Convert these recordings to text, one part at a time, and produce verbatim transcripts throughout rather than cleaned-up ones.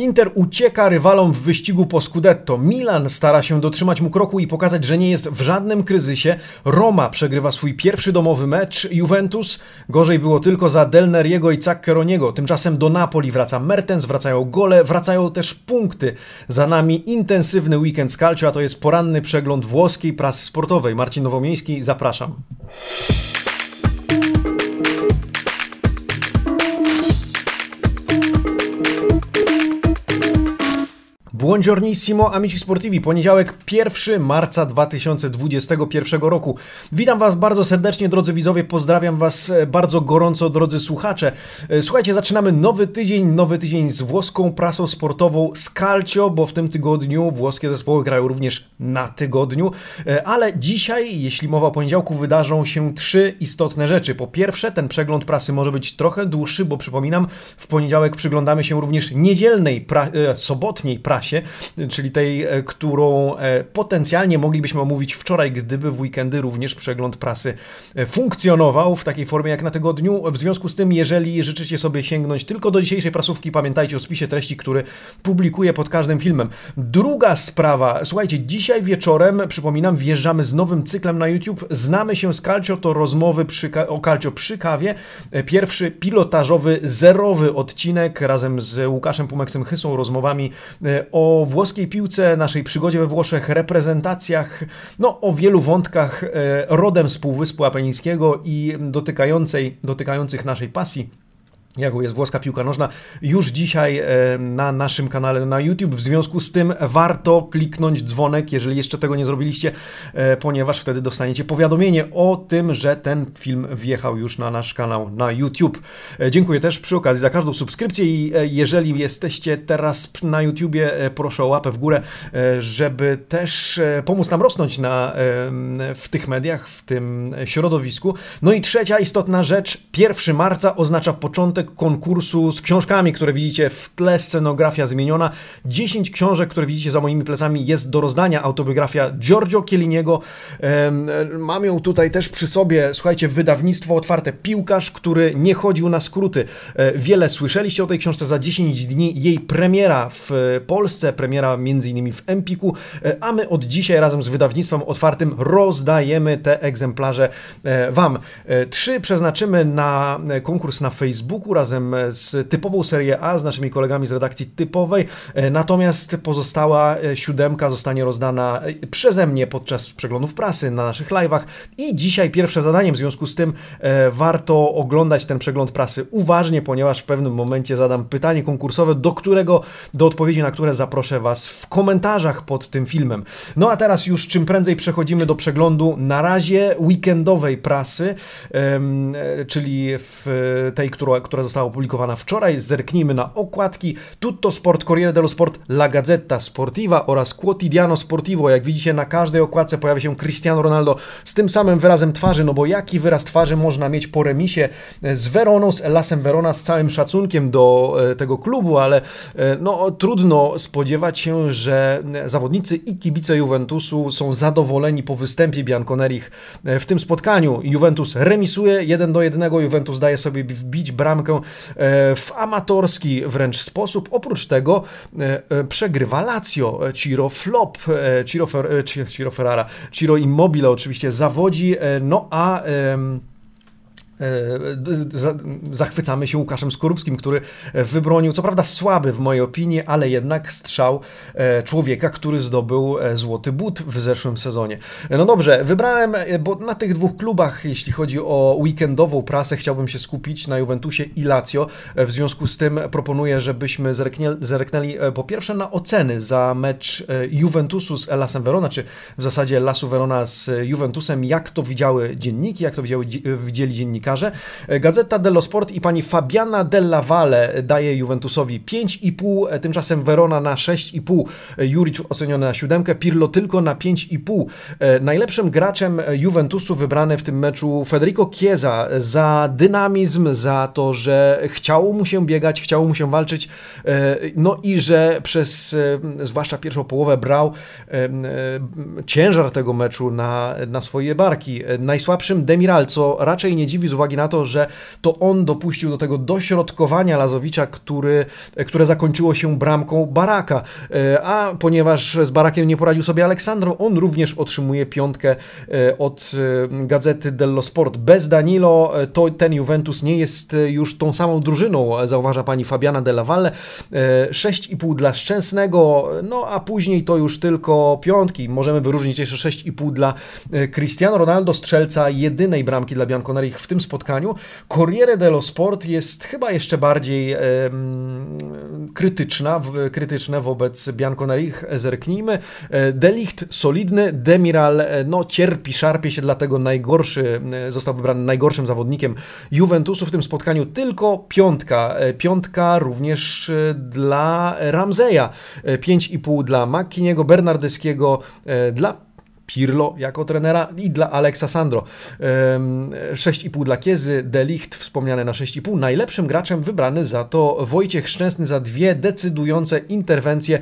Inter ucieka rywalom w wyścigu po Scudetto. Milan stara się dotrzymać mu kroku i pokazać, że nie jest w żadnym kryzysie. Roma przegrywa swój pierwszy domowy mecz. Juventus gorzej było tylko za Del Neriego i Zaccheroniego. Tymczasem do Napoli wraca Mertens, wracają gole, wracają też punkty. Za nami intensywny weekend z calcio, a to jest poranny przegląd włoskiej prasy sportowej. Marcin Nowomiejski, zapraszam. Buongiornissimo amici sportivi, poniedziałek pierwszego marca dwa tysiące dwudziestego pierwszego roku. Witam Was bardzo serdecznie, drodzy widzowie, pozdrawiam Was bardzo gorąco, drodzy słuchacze. Słuchajcie, zaczynamy nowy tydzień, nowy tydzień z włoską prasą sportową, z calcio, bo w tym tygodniu włoskie zespoły grają również na tygodniu, ale dzisiaj, jeśli mowa o poniedziałku, wydarzą się trzy istotne rzeczy. Po pierwsze, ten przegląd prasy może być trochę dłuższy, bo przypominam, w poniedziałek przyglądamy się również niedzielnej, pra- sobotniej prasie, czyli tej, którą potencjalnie moglibyśmy omówić wczoraj, gdyby w weekendy również przegląd prasy funkcjonował w takiej formie jak na tygodniu. W związku z tym, jeżeli życzycie sobie sięgnąć tylko do dzisiejszej prasówki, pamiętajcie o spisie treści, który publikuję pod każdym filmem. Druga sprawa, słuchajcie, dzisiaj wieczorem, przypominam, wjeżdżamy z nowym cyklem na YouTube. Znamy się z calcio, to rozmowy przy, o calcio przy kawie. Pierwszy pilotażowy, zerowy odcinek razem z Łukaszem Pumeksem Chysą, rozmowami o o włoskiej piłce, naszej przygodzie we Włoszech, reprezentacjach, no o wielu wątkach rodem z Półwyspu Apenińskiego i dotykającej, dotykających naszej pasji, jaką jest włoska piłka nożna, już dzisiaj na naszym kanale na YouTube. W związku z tym warto kliknąć dzwonek, jeżeli jeszcze tego nie zrobiliście, ponieważ wtedy dostaniecie powiadomienie o tym, że ten film wjechał już na nasz kanał na YouTube. Dziękuję też przy okazji za każdą subskrypcję i jeżeli jesteście teraz na YouTubie, proszę o łapę w górę, żeby też pomóc nam rosnąć na, w tych mediach, w tym środowisku. No i trzecia istotna rzecz, pierwszego marca oznacza początek konkursu z książkami, które widzicie w tle, scenografia zmieniona. dziesięć książek, które widzicie za moimi plecami, jest do rozdania. Autobiografia Giorgio Chielliniego. Mam ją tutaj też przy sobie. Słuchajcie, wydawnictwo otwarte. Piłkarz, który nie chodził na skróty. Wiele słyszeliście o tej książce. Za dziesięć dni jej premiera w Polsce, premiera między innymi w Empiku, a my od dzisiaj razem z wydawnictwem otwartym rozdajemy te egzemplarze Wam. Trzy przeznaczymy na konkurs na Facebooku razem z typową Serię A, z naszymi kolegami z redakcji typowej, natomiast pozostała siódemka zostanie rozdana przeze mnie podczas przeglądów prasy na naszych live'ach i dzisiaj pierwsze zadaniem, w związku z tym warto oglądać ten przegląd prasy uważnie, ponieważ w pewnym momencie zadam pytanie konkursowe, do którego, do odpowiedzi na które zaproszę Was w komentarzach pod tym filmem. No a teraz już czym prędzej przechodzimy do przeglądu na razie weekendowej prasy, czyli w tej, która, która została opublikowana wczoraj. Zerknijmy na okładki. Tutto Sport, Corriere dello Sport, La Gazzetta Sportiva oraz Quotidiano Sportivo. Jak widzicie, na każdej okładce pojawia się Cristiano Ronaldo z tym samym wyrazem twarzy, no bo jaki wyraz twarzy można mieć po remisie z Veroną, z Hellasem Verona, z całym szacunkiem do tego klubu, ale no trudno spodziewać się, że zawodnicy i kibice Juventusu są zadowoleni po występie bianconerich w tym spotkaniu. Juventus remisuje jeden do jednego, Juventus daje sobie wbić bramkę w amatorski wręcz sposób. Oprócz tego przegrywa Lazio. Ciro Flop, Ciro, Fer, Ciro Ferrara, Ciro Immobile oczywiście zawodzi, no a zachwycamy się Łukaszem Skorupskim, który wybronił, co prawda słaby w mojej opinii, ale jednak strzał człowieka, który zdobył złoty but w zeszłym sezonie. No dobrze, wybrałem, bo na tych dwóch klubach, jeśli chodzi o weekendową prasę, chciałbym się skupić na Juventusie i Lazio. W związku z tym proponuję, żebyśmy zerknęli, zerknęli po pierwsze na oceny za mecz Juventusu z Hellasem Verona, czy w zasadzie Hellasu Verona z Juventusem, jak to widziały dzienniki, jak to widziały, widzieli dziennikarze. Gazzetta dello Sport i pani Fabiana Della Valle daje Juventusowi pięć i pół, tymczasem Verona na sześć i pół, Juric oceniony na siódemkę, Pirlo tylko na pięć i pół. Najlepszym graczem Juventusu wybrany w tym meczu Federico Chiesa za dynamizm, za to, że chciało mu się biegać, chciało mu się walczyć, no i że przez zwłaszcza pierwszą połowę brał ciężar tego meczu na, na swoje barki. Najsłabszym Demiral, co raczej nie dziwi z uwagi uwagi na to, że to on dopuścił do tego dośrodkowania Lazowicza, który, które zakończyło się bramką Baraka. A ponieważ z Barakiem nie poradził sobie Aleksandro, on również otrzymuje piątkę od Gazety dello Sport. Bez Danilo to ten Juventus nie jest już tą samą drużyną, zauważa pani Fabiana Della Valle. sześć i pół dla Szczęsnego, no a później to już tylko piątki. Możemy wyróżnić jeszcze sześć i pół dla Cristiano Ronaldo, strzelca jedynej bramki dla Bianconeri w tym spotkaniu. Corriere dello Sport jest chyba jeszcze bardziej krytyczna, w, krytyczne wobec Bianconeri. Zerknijmy. De Ligt solidny, Demiral no cierpi, szarpie się, dlatego najgorszy, został wybrany najgorszym zawodnikiem Juventusu w tym spotkaniu. Tylko piątka. Piątka również dla Ramseya. pięć i pół dla McKinney'ego, Bernardeskiego, dla Pirlo jako trenera i dla Alexa Sandro. sześć i pół dla Kiezy, De Ligt wspomniane na sześć i pół. Najlepszym graczem wybrany za to Wojciech Szczęsny za dwie decydujące interwencje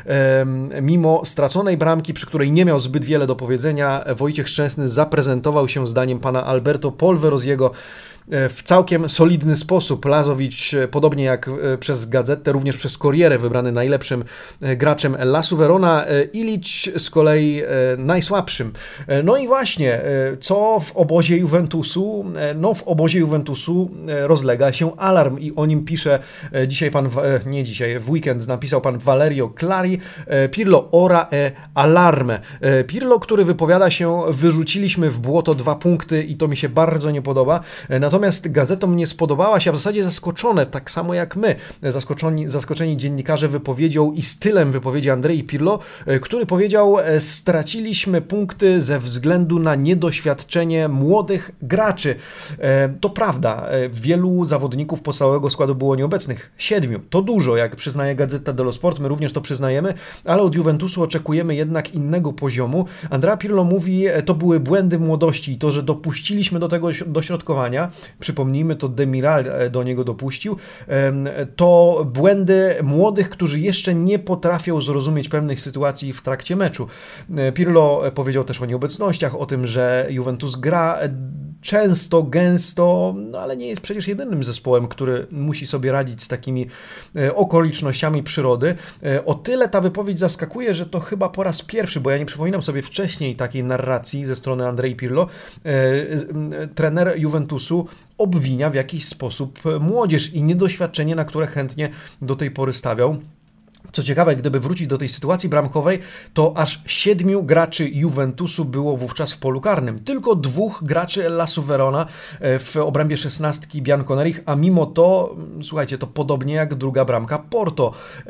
mimo straconej bramki, przy której nie miał zbyt wiele do powiedzenia. Wojciech Szczęsny zaprezentował się zdaniem pana Alberto Polverosiego w całkiem solidny sposób. Lazowicz, podobnie jak przez Gazetę, również przez Corriere wybrany najlepszym graczem Lasu Verona, Ilić z kolei najsłabszym. No i właśnie, co w obozie Juventusu? No w obozie Juventusu rozlega się alarm i o nim pisze dzisiaj pan, nie dzisiaj, w weekend napisał pan Valerio Clari. Pirlo ora e allarme. Pirlo, który wypowiada się: wyrzuciliśmy w błoto dwa punkty i to mi się bardzo nie podoba. Natomiast gazetom nie spodobała się, a w zasadzie zaskoczone, tak samo jak my, zaskoczeni, zaskoczeni dziennikarze wypowiedzią i stylem wypowiedzi Andrei Pirlo, który powiedział: straciliśmy punkty ze względu na niedoświadczenie młodych graczy. To prawda, wielu zawodników podstawowego składu było nieobecnych. Siedmiu. To dużo, jak przyznaje Gazeta dello Sport, my również to przyznajemy, ale od Juventusu oczekujemy jednak innego poziomu. Andrea Pirlo mówi: to były błędy młodości i to, że dopuściliśmy do tego dośrodkowania, przypomnijmy, to Demiral do niego dopuścił, to błędy młodych, którzy jeszcze nie potrafią zrozumieć pewnych sytuacji w trakcie meczu. Pirlo powiedział też o nieobecnościach, o tym, że Juventus gra często, gęsto, no ale nie jest przecież jedynym zespołem, który musi sobie radzić z takimi okolicznościami przyrody. O tyle ta wypowiedź zaskakuje, że to chyba po raz pierwszy, bo ja nie przypominam sobie wcześniej takiej narracji ze strony Andrei Pirlo. Trener Juventusu obwinia w jakiś sposób młodzież i niedoświadczenie, na które chętnie do tej pory stawiał. Co ciekawe, gdyby wrócić do tej sytuacji bramkowej, to aż siedmiu graczy Juventusu było wówczas w polu karnym. Tylko dwóch graczy Lasu Verona w obrębie szesnastki Bianconerich, a mimo to, słuchajcie, to podobnie jak druga bramka Porto.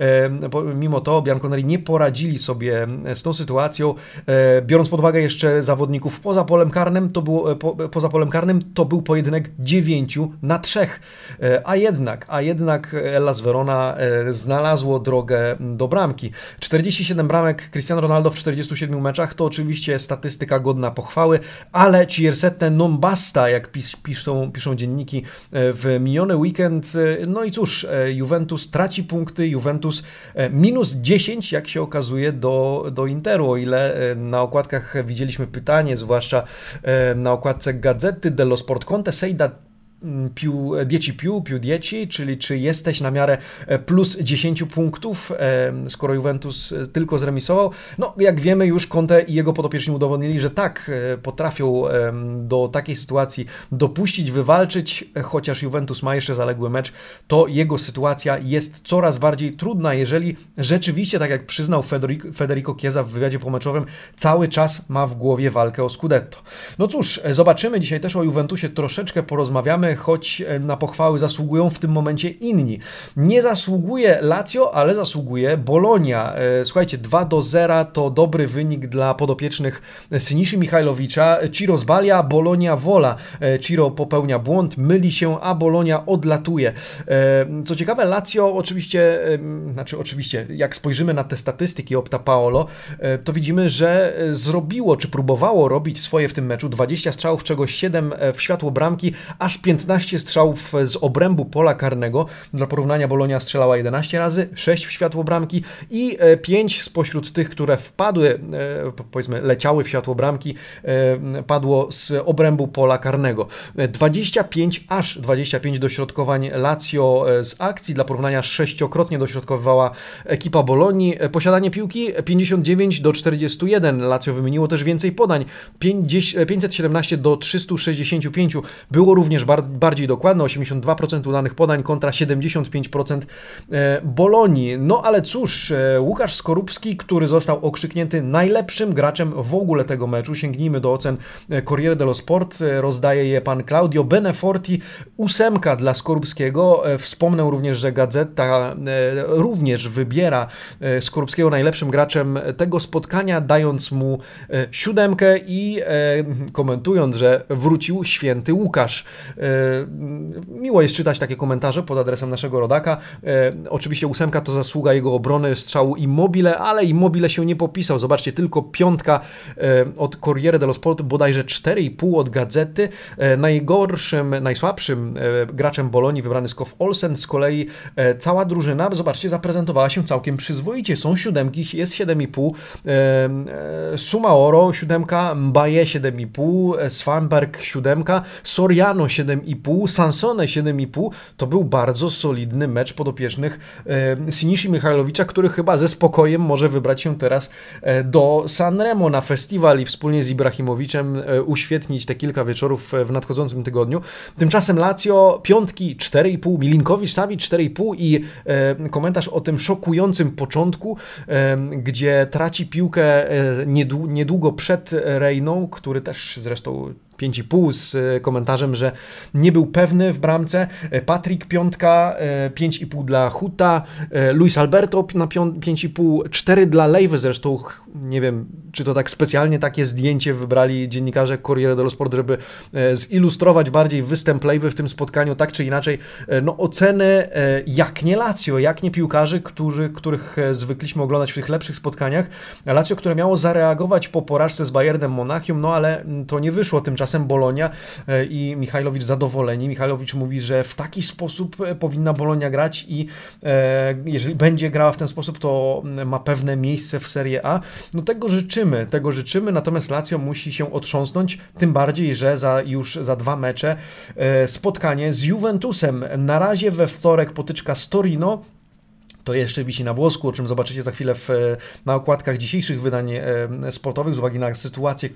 Mimo to Bianconeri nie poradzili sobie z tą sytuacją. Biorąc pod uwagę jeszcze zawodników poza polem karnym, to było, po, poza polem karnym, to był pojedynek dziewięciu na trzech. A jednak, a jednak Las Verona znalazło drogę do bramki. czterdzieści siedem bramek Cristiano Ronaldo w czterdziestu siedmiu meczach to oczywiście statystyka godna pochwały, ale Ciersette non basta, jak pis, piszą, piszą dzienniki w miniony weekend. No i cóż, Juventus traci punkty, Juventus minus dziesięć, jak się okazuje, do, do Interu, o ile na okładkach widzieliśmy pytanie, zwłaszcza na okładce Gazety dello Sport: Conte sei da più dieci più, più dieci, czyli czy jesteś na miarę plus dziesięć punktów, skoro Juventus tylko zremisował. No, jak wiemy już, Conte i jego podopieczni udowodnili, że tak, potrafią do takiej sytuacji dopuścić, wywalczyć, chociaż Juventus ma jeszcze zaległy mecz, to jego sytuacja jest coraz bardziej trudna, jeżeli rzeczywiście, tak jak przyznał Federico, Federico Chiesa w wywiadzie pomeczowym, cały czas ma w głowie walkę o Scudetto. No cóż, zobaczymy, dzisiaj też o Juventusie troszeczkę porozmawiamy, choć na pochwały zasługują w tym momencie inni. Nie zasługuje Lazio, ale zasługuje Bologna. Słuchajcie, dwa do zera to dobry wynik dla podopiecznych Siniszy Michajlowicza. Ciro zbalia, Bologna wola. Ciro popełnia błąd, myli się, a Bologna odlatuje. Co ciekawe, Lazio oczywiście, znaczy oczywiście, jak spojrzymy na te statystyki Opta Paolo, to widzimy, że zrobiło, czy próbowało robić swoje w tym meczu. dwadzieścia strzałów, czego siedem w światło bramki, aż piętnaście piętnaście strzałów z obrębu pola karnego. Dla porównania Bologna strzelała jedenaście razy, sześć w światło bramki i pięć spośród tych, które wpadły, powiedzmy leciały w światło bramki, padło z obrębu pola karnego. dwadzieścia pięć, aż dwadzieścia pięć dośrodkowań Lazio z akcji. Dla porównania sześciokrotnie dośrodkowywała ekipa Bolonii. Posiadanie piłki pięćdziesiąt dziewięć do czterdziestu jeden. Lazio wymieniło też więcej podań. pięćset siedemnaście do trzystu sześćdziesięciu pięciu. Było również bar- bardziej dokładne. osiemdziesiąt dwa procent udanych podań kontra siedemdziesiąt pięć procent Bolonii. No ale cóż, Łukasz Skorupski, który został okrzyknięty najlepszym graczem w ogóle tego meczu. Sięgnijmy do ocen Corriere dello Sport. Rozdaje je pan Claudio Beneforti. Ósemka dla Skorupskiego. Wspomnę również, że Gazeta również wybiera Skorupskiego najlepszym graczem tego spotkania, dając mu siódemkę i komentując, że wrócił święty Łukasz. Miło jest czytać takie komentarze pod adresem naszego rodaka. Oczywiście ósemka to zasługa jego obrony strzału Immobile, ale Immobile się nie popisał. Zobaczcie, tylko piątka od Corriere dello Sport, bodajże cztery i pół od Gazety. Najgorszym, najsłabszym graczem Bolonii wybrany Skov Olsen, z kolei cała drużyna, zobaczcie, zaprezentowała się całkiem przyzwoicie. Są siódemki, jest siedem i pół. Sumaoro siódemka, Mbaye siedem i pół, Svanberg siódemka, Soriano siedem i pół, Sansone siedem i pół. To był bardzo solidny mecz podopiecznych Siniszy Michajlowicza, który chyba ze spokojem może wybrać się teraz do Sanremo na festiwal i wspólnie z Ibrahimowiczem uświetnić te kilka wieczorów w nadchodzącym tygodniu. Tymczasem Lazio piątki cztery i pół, Milinkowicz Savic cztery i pół i komentarz o tym szokującym początku, gdzie traci piłkę niedługo przed Reyną, który też zresztą pięć i pół z komentarzem, że nie był pewny w bramce. Patryk piątka, pięć i pół dla Huta, Luis Alberto na pięć i pół, cztery dla Lejwy, zresztą nie wiem, czy to tak specjalnie takie zdjęcie wybrali dziennikarze Corriere dello Sport, żeby zilustrować bardziej występ Lejwy w tym spotkaniu, tak czy inaczej. No oceny jak nie Lazio, jak nie piłkarzy, którzy, których zwykliśmy oglądać w tych lepszych spotkaniach. Lazio, które miało zareagować po porażce z Bayernem Monachium, no ale to nie wyszło. Tymczasem Bologna i Michajlowicz zadowoleni. Michajlowicz mówi, że w taki sposób powinna Bologna grać i jeżeli będzie grała w ten sposób, to ma pewne miejsce w Serie A. No tego życzymy, tego życzymy, natomiast Lazio musi się otrząsnąć, tym bardziej, że za już za dwa mecze spotkanie z Juventusem. Na razie we wtorek potyczka z Torino. To jeszcze wisi na włosku, o czym zobaczycie za chwilę w, na okładkach dzisiejszych wydań sportowych z uwagi na sytuację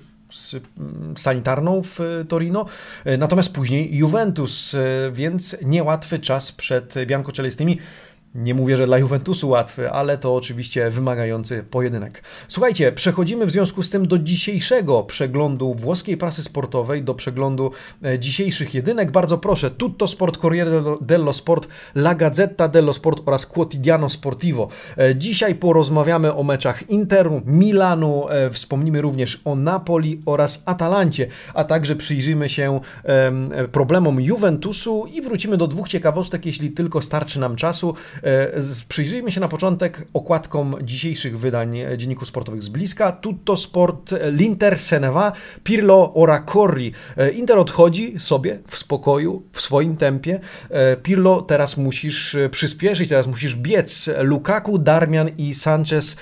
sanitarną w Torino. Natomiast później Juventus, więc niełatwy czas przed biancocelestimi. Nie mówię, że dla Juventusu łatwy, ale to oczywiście wymagający pojedynek. Słuchajcie, przechodzimy w związku z tym do dzisiejszego przeglądu włoskiej prasy sportowej, do przeglądu dzisiejszych jedynek. Bardzo proszę, Tutto Sport, Corriere dello Sport, La Gazzetta dello Sport oraz Quotidiano Sportivo. Dzisiaj porozmawiamy o meczach Interu, Milanu, wspomnimy również o Napoli oraz Atalancie, a także przyjrzymy się problemom Juventusu i wrócimy do dwóch ciekawostek, jeśli tylko starczy nam czasu. Przyjrzyjmy się na początek okładkom dzisiejszych wydań dzienników sportowych z bliska. Tutto Sport, l'Inter se ne va, Pirlo ora corri. Inter odchodzi sobie w spokoju, w swoim tempie. Pirlo, teraz musisz przyspieszyć, teraz musisz biec. Lukaku, Darmian i Sanchez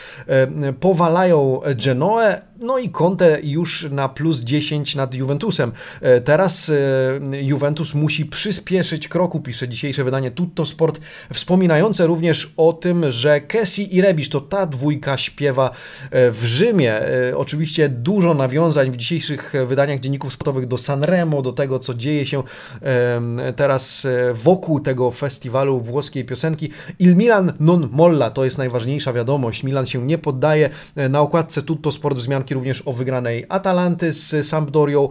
powalają Genoę. No i Conte już na plus dziesięć nad Juventusem. Teraz Juventus musi przyspieszyć kroku, pisze dzisiejsze wydanie Tutto Sport, wspominające również o tym, że Kessie i Rebic to ta dwójka śpiewa w Rzymie. Oczywiście dużo nawiązań w dzisiejszych wydaniach dzienników sportowych do Sanremo, do tego, co dzieje się teraz wokół tego festiwalu włoskiej piosenki. Il Milan non molla, to jest najważniejsza wiadomość. Milan się nie poddaje. Na okładce Tutto Sport wzmianki również o wygranej Atalanty z Sampdorią,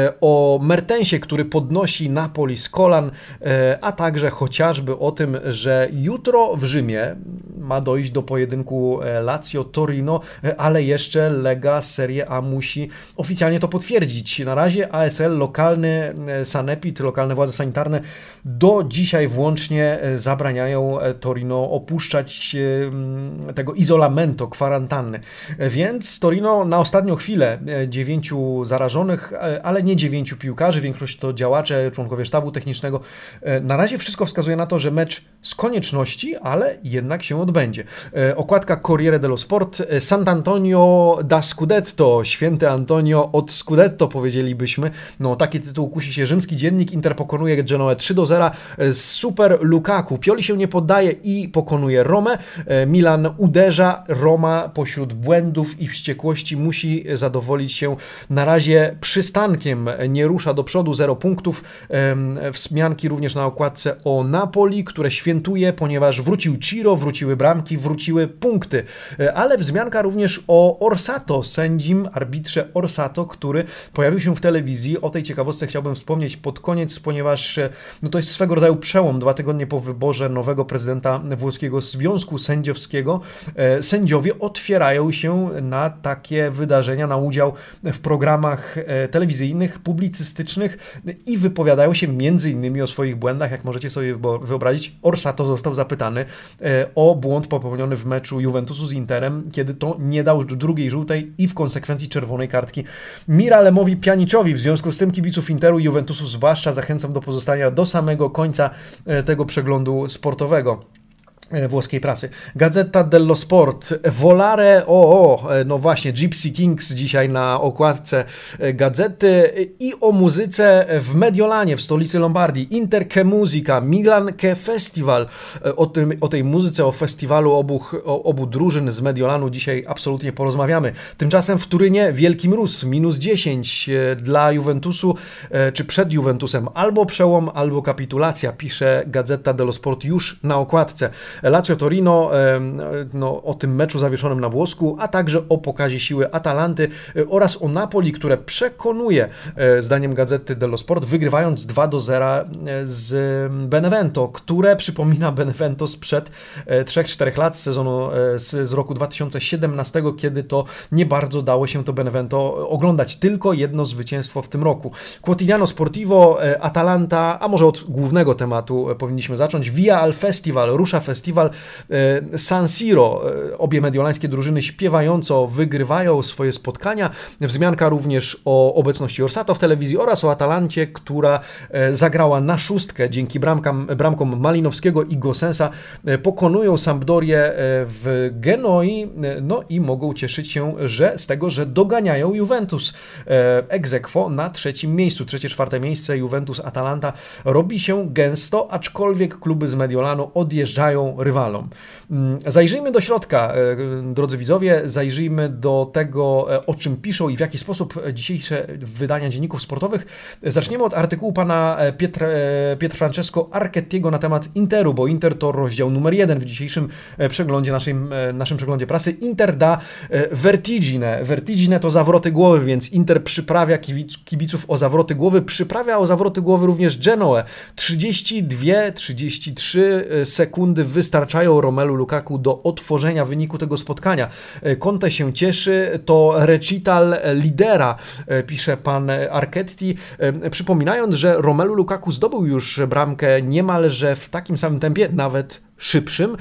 o Mertensie, który podnosi Napoli z kolan, a także chociażby o tym, że jutro w Rzymie ma dojść do pojedynku Lazio-Torino, ale jeszcze Lega Serie A musi oficjalnie to potwierdzić. Na razie A S L, lokalny sanepid, lokalne władze sanitarne do dzisiaj włącznie zabraniają Torino opuszczać tego isolamento, kwarantanny. Więc Torino na ostatnią chwilę dziewięciu zarażonych, ale nie dziewięciu piłkarzy, większość to działacze, członkowie sztabu technicznego. Na razie wszystko wskazuje na to, że mecz z konieczności, ale jednak się odbędzie. Okładka Corriere dello Sport, Sant'Antonio da Scudetto, święty Antonio od Scudetto powiedzielibyśmy. No taki tytuł kusi się rzymski dziennik, Inter pokonuje Genoę trzy do zera, super Lukaku, Pioli się nie poddaje i pokonuje Romę, Milan uderza, Roma pośród błędów i wściekłości musi zadowolić się na razie przystankiem, nie rusza do przodu, zero punktów. Wzmianki również na okładce o Napoli, które świętuje, ponieważ wrócił Ciro, wróciły bramki, wróciły punkty, ale wzmianka również o Orsato, sędzim, arbitrze Orsato, który pojawił się w telewizji. O tej ciekawostce chciałbym wspomnieć pod koniec, ponieważ no to jest swego rodzaju przełom. Dwa tygodnie po wyborze nowego prezydenta włoskiego Związku Sędziowskiego sędziowie otwierają się na takie wydarzenia, na udział w programach telewizyjnych, publicystycznych i wypowiadają się między innymi o swoich błędach. Jak możecie sobie wyobrazić, Orsato został zapytany o błąd popełniony w meczu Juventusu z Interem, kiedy to nie dał drugiej żółtej i w konsekwencji czerwonej kartki Miralemowi Pjaniczowi. W związku z tym kibiców Interu i Juventusu zwłaszcza zachęcam do pozostania do samego końca tego przeglądu sportowego włoskiej prasy. Gazzetta dello Sport, Volare, o, o, no właśnie, Gypsy Kings dzisiaj na okładce gazety i o muzyce w Mediolanie, w stolicy Lombardii. Inter che musica, Milan che festival. O, tym, o tej muzyce, o festiwalu obu, obu drużyn z Mediolanu dzisiaj absolutnie porozmawiamy. Tymczasem w Turynie wielki mróz, minus dziesięć dla Juventusu, czy przed Juventusem. Albo przełom, albo kapitulacja, pisze Gazzetta dello Sport już na okładce. Lazio Torino, no, o tym meczu zawieszonym na włosku, a także o pokazie siły Atalanty oraz o Napoli, które przekonuje, zdaniem Gazety dello Sport, wygrywając dwa do zera z Benevento, które przypomina Benevento sprzed trzech czterech lat, z sezonu z, z roku dwa tysiące siedemnastego, kiedy to nie bardzo dało się to Benevento oglądać. Tylko jedno zwycięstwo w tym roku. Quotidiano Sportivo, Atalanta, a może od głównego tematu powinniśmy zacząć. Via al Festival, rusza festiwal San Siro. Obie mediolańskie drużyny śpiewająco wygrywają swoje spotkania. Wzmianka również o obecności Orsato w telewizji oraz o Atalancie, która zagrała na szóstkę dzięki bramkam, bramkom Malinowskiego i Gossensa. Pokonują Sampdorię w Genoi, no i mogą cieszyć się że, z tego, że doganiają Juventus ex aequo na trzecim miejscu. Trzecie, czwarte miejsce Juventus, Atalanta robi się gęsto, aczkolwiek kluby z Mediolanu odjeżdżają rywalom. Zajrzyjmy do środka, drodzy widzowie, zajrzyjmy do tego, o czym piszą i w jaki sposób dzisiejsze wydania dzienników sportowych. Zaczniemy od artykułu pana Pietr, Pietr Francesco Archettiego na temat Interu, bo Inter to rozdział numer jeden w dzisiejszym przeglądzie, naszym, naszym przeglądzie prasy. Inter da vertigine. Vertigine to zawroty głowy, więc Inter przyprawia kibiców o zawroty głowy, przyprawia o zawroty głowy również Genoę. trzydzieści dwie trzydzieści trzy sekundy wystarczają Romelu Lukaku do otworzenia wyniku tego spotkania. Conte się cieszy, to recital lidera, pisze pan Archetti, przypominając, że Romelu Lukaku zdobył już bramkę niemalże w takim samym tempie, nawet szybszym.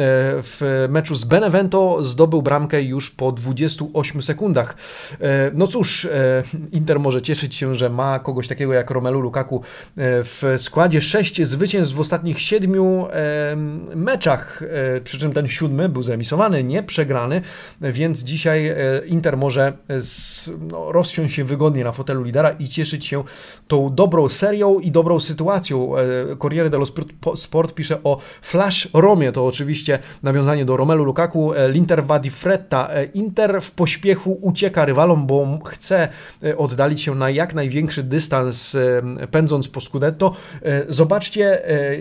W meczu z Benevento zdobył bramkę już po dwudziestu ośmiu sekundach. No cóż, Inter może cieszyć się, że ma kogoś takiego jak Romelu Lukaku w składzie. Sześć zwycięstw w ostatnich siedmiu meczach, przy czym ten siódmy był zremisowany, nie przegrany, więc dzisiaj Inter może z, no, rozsiąść się wygodnie na fotelu lidera i cieszyć się tą dobrą serią i dobrą sytuacją. Corriere dello Sport pisze o flash Romie, to oczywiście nawiązanie do Romelu Lukaku. L'Inter va di fretta. Inter w pośpiechu ucieka rywalom, bo chce oddalić się na jak największy dystans, pędząc po Scudetto. Zobaczcie,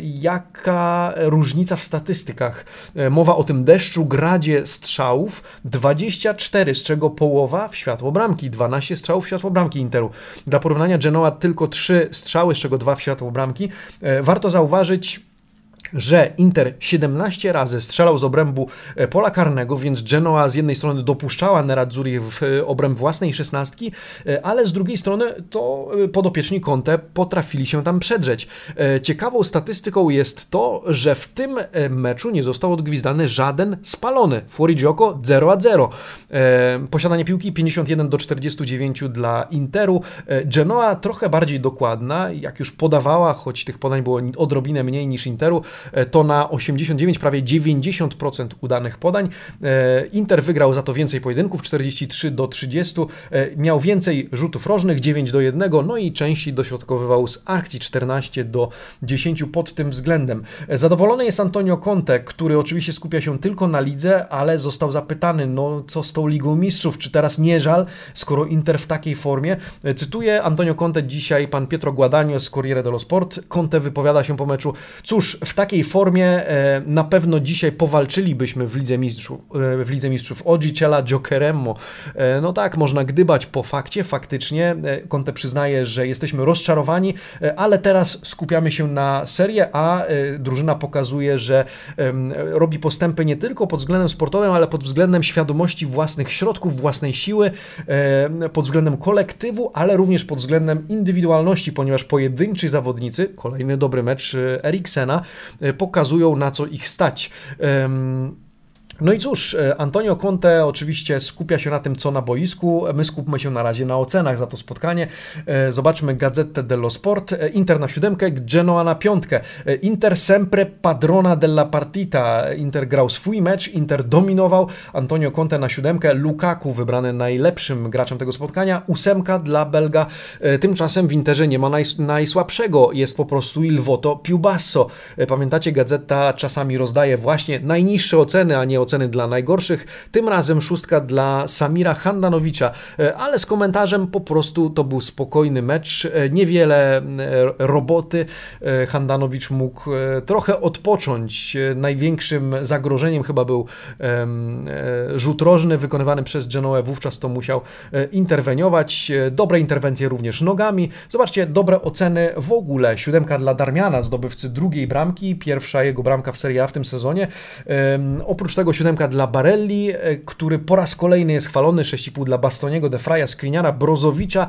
jaka różnica w statystykach. Mowa o tym deszczu, gradzie strzałów. dwadzieścia cztery, z czego połowa w światło bramki. dwanaście strzałów w światło bramki Interu. Dla porównania Genoa tylko trzy strzały, z czego dwa w światło bramki. Warto zauważyć, że Inter siedemnaście razy strzelał z obrębu pola karnego, więc Genoa z jednej strony dopuszczała Nerazzurri w obręb własnej szesnastki, ale z drugiej strony to podopieczni Conte potrafili się tam przedrzeć. Ciekawą statystyką jest to, że w tym meczu nie został odgwizdany żaden spalony. Fuori gioco zero a zero. Posiadanie piłki pięćdziesiąt jeden do czterdziestu dziewięciu dla Interu. Genoa trochę bardziej dokładna, jak już podawała, choć tych podań było odrobinę mniej niż Interu, to na osiemdziesiąt dziewięć, prawie dziewięćdziesiąt procent udanych podań. Inter wygrał za to więcej pojedynków, czterdzieści trzy do trzydziestu, miał więcej rzutów rożnych, dziewięć do jednego, no i częściej dośrodkowywał z akcji, czternaście do dziesięciu pod tym względem. Zadowolony jest Antonio Conte, który oczywiście skupia się tylko na lidze, ale został zapytany, no co z tą Ligą Mistrzów, czy teraz nie żal, skoro Inter w takiej formie? Cytuję Antonio Conte dzisiaj, pan Pietro Guadagno z Corriere dello Sport. Conte wypowiada się po meczu: cóż, w takiej formie na pewno dzisiaj powalczylibyśmy w Lidze Mistrzów. W Lidze Mistrzów. Oggi c'è la giocheremmo. No tak, można gdybać po fakcie, faktycznie. Conte przyznaje, że jesteśmy rozczarowani, ale teraz skupiamy się na serię, a drużyna pokazuje, że robi postępy nie tylko pod względem sportowym, ale pod względem świadomości własnych środków, własnej siły, pod względem kolektywu, ale również pod względem indywidualności, ponieważ pojedynczy zawodnicy, kolejny dobry mecz Eriksena, pokazują, na co ich stać. No i cóż, Antonio Conte oczywiście skupia się na tym, co na boisku. My skupmy się na razie na ocenach za to spotkanie. Zobaczmy Gazzetta dello Sport. Inter na siódemkę, Genoa na piątkę. Inter sempre padrona della partita. Inter grał swój mecz, Inter dominował. Antonio Conte na siódemkę, Lukaku wybrany najlepszym graczem tego spotkania. Ósemka dla Belga. Tymczasem w Interze nie ma naj, najsłabszego. Jest po prostu il voto più basso. Pamiętacie, Gazeta czasami rozdaje właśnie najniższe oceny, a nie oceny dla najgorszych. Tym razem szóstka dla Samira Handanowicza, ale z komentarzem po prostu to był spokojny mecz, niewiele roboty. Handanowicz mógł trochę odpocząć. Największym zagrożeniem chyba był rzut rożny wykonywany przez Genoę, wówczas to musiał interweniować. Dobre interwencje również nogami. Zobaczcie, dobre oceny w ogóle. Siódemka dla Darmiana, zdobywcy drugiej bramki, pierwsza jego bramka w Serie A w tym sezonie. Oprócz tego siódemka dla Barelli, który po raz kolejny jest chwalony, sześć i pół dla Bastoniego, De Fraja, Skriniara, Brozowicza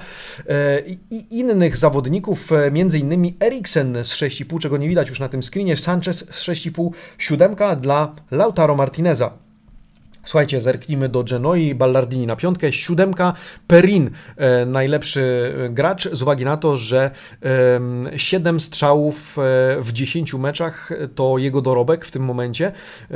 i innych zawodników, między innymi Eriksen z sześć i pół, czego nie widać już na tym screenie, Sanchez z sześć i pół, siódemka dla Lautaro Martineza. Słuchajcie, zerknijmy do Genoi, Ballardini na piątkę, siódemka, Perin, e, najlepszy gracz, z uwagi na to, że e, siedem strzałów e, w dziesięciu meczach to jego dorobek w tym momencie,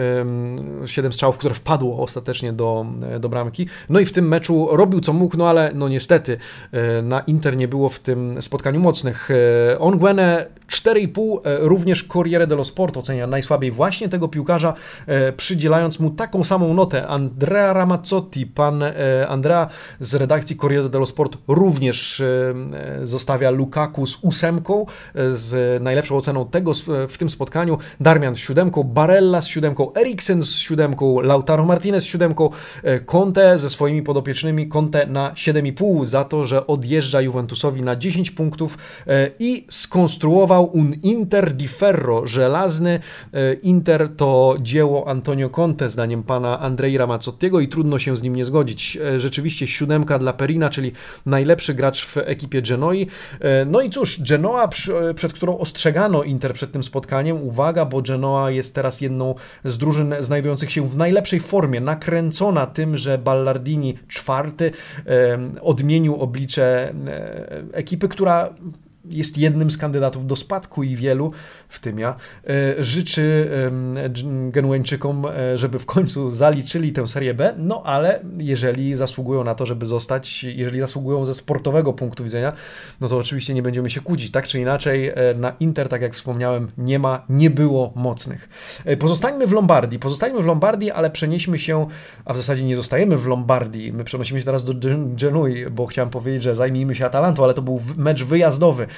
e, siedem strzałów, które wpadło ostatecznie do, do bramki, no i w tym meczu robił co mógł, no ale no niestety e, na Inter nie było w tym spotkaniu mocnych. E, Onguene cztery i pół, e, również Corriere dello Sport ocenia najsłabiej właśnie tego piłkarza, e, przydzielając mu taką samą notę. Andrea Ramazzotti, pan Andrea z redakcji Corriere dello Sport również zostawia Lukaku z ósemką, z najlepszą oceną tego w tym spotkaniu. Darmian z siódemką, Barella z siódemką, Eriksen z siódemką, Lautaro Martinez z siódemką, Conte ze swoimi podopiecznymi, Conte na siedem i pół za to, że odjeżdża Juventusowi na dziesięć punktów i skonstruował un Inter di Ferro, żelazny Inter to dzieło Antonio Conte, zdaniem pana Andrei Ramazzottiego i trudno się z nim nie zgodzić. Rzeczywiście siódemka dla Perina, czyli najlepszy gracz w ekipie Genoi. No i cóż, Genoa, przed którą ostrzegano Inter przed tym spotkaniem, uwaga, bo Genoa jest teraz jedną z drużyn znajdujących się w najlepszej formie, nakręcona tym, że Ballardini czwarty odmienił oblicze ekipy, która jest jednym z kandydatów do spadku i wielu, w tym ja, życzy Genueńczykom, żeby w końcu zaliczyli tę Serię B, no ale jeżeli zasługują na to, żeby zostać, jeżeli zasługują ze sportowego punktu widzenia, no to oczywiście nie będziemy się kłócić, tak czy inaczej na Inter, tak jak wspomniałem, nie ma, nie było mocnych. Pozostańmy w Lombardii, pozostańmy w Lombardii, ale przenieśmy się, a w zasadzie nie zostajemy w Lombardii, my przenosimy się teraz do Genui, bo chciałem powiedzieć, że zajmijmy się Atalantą, ale to był mecz wyjazdowy.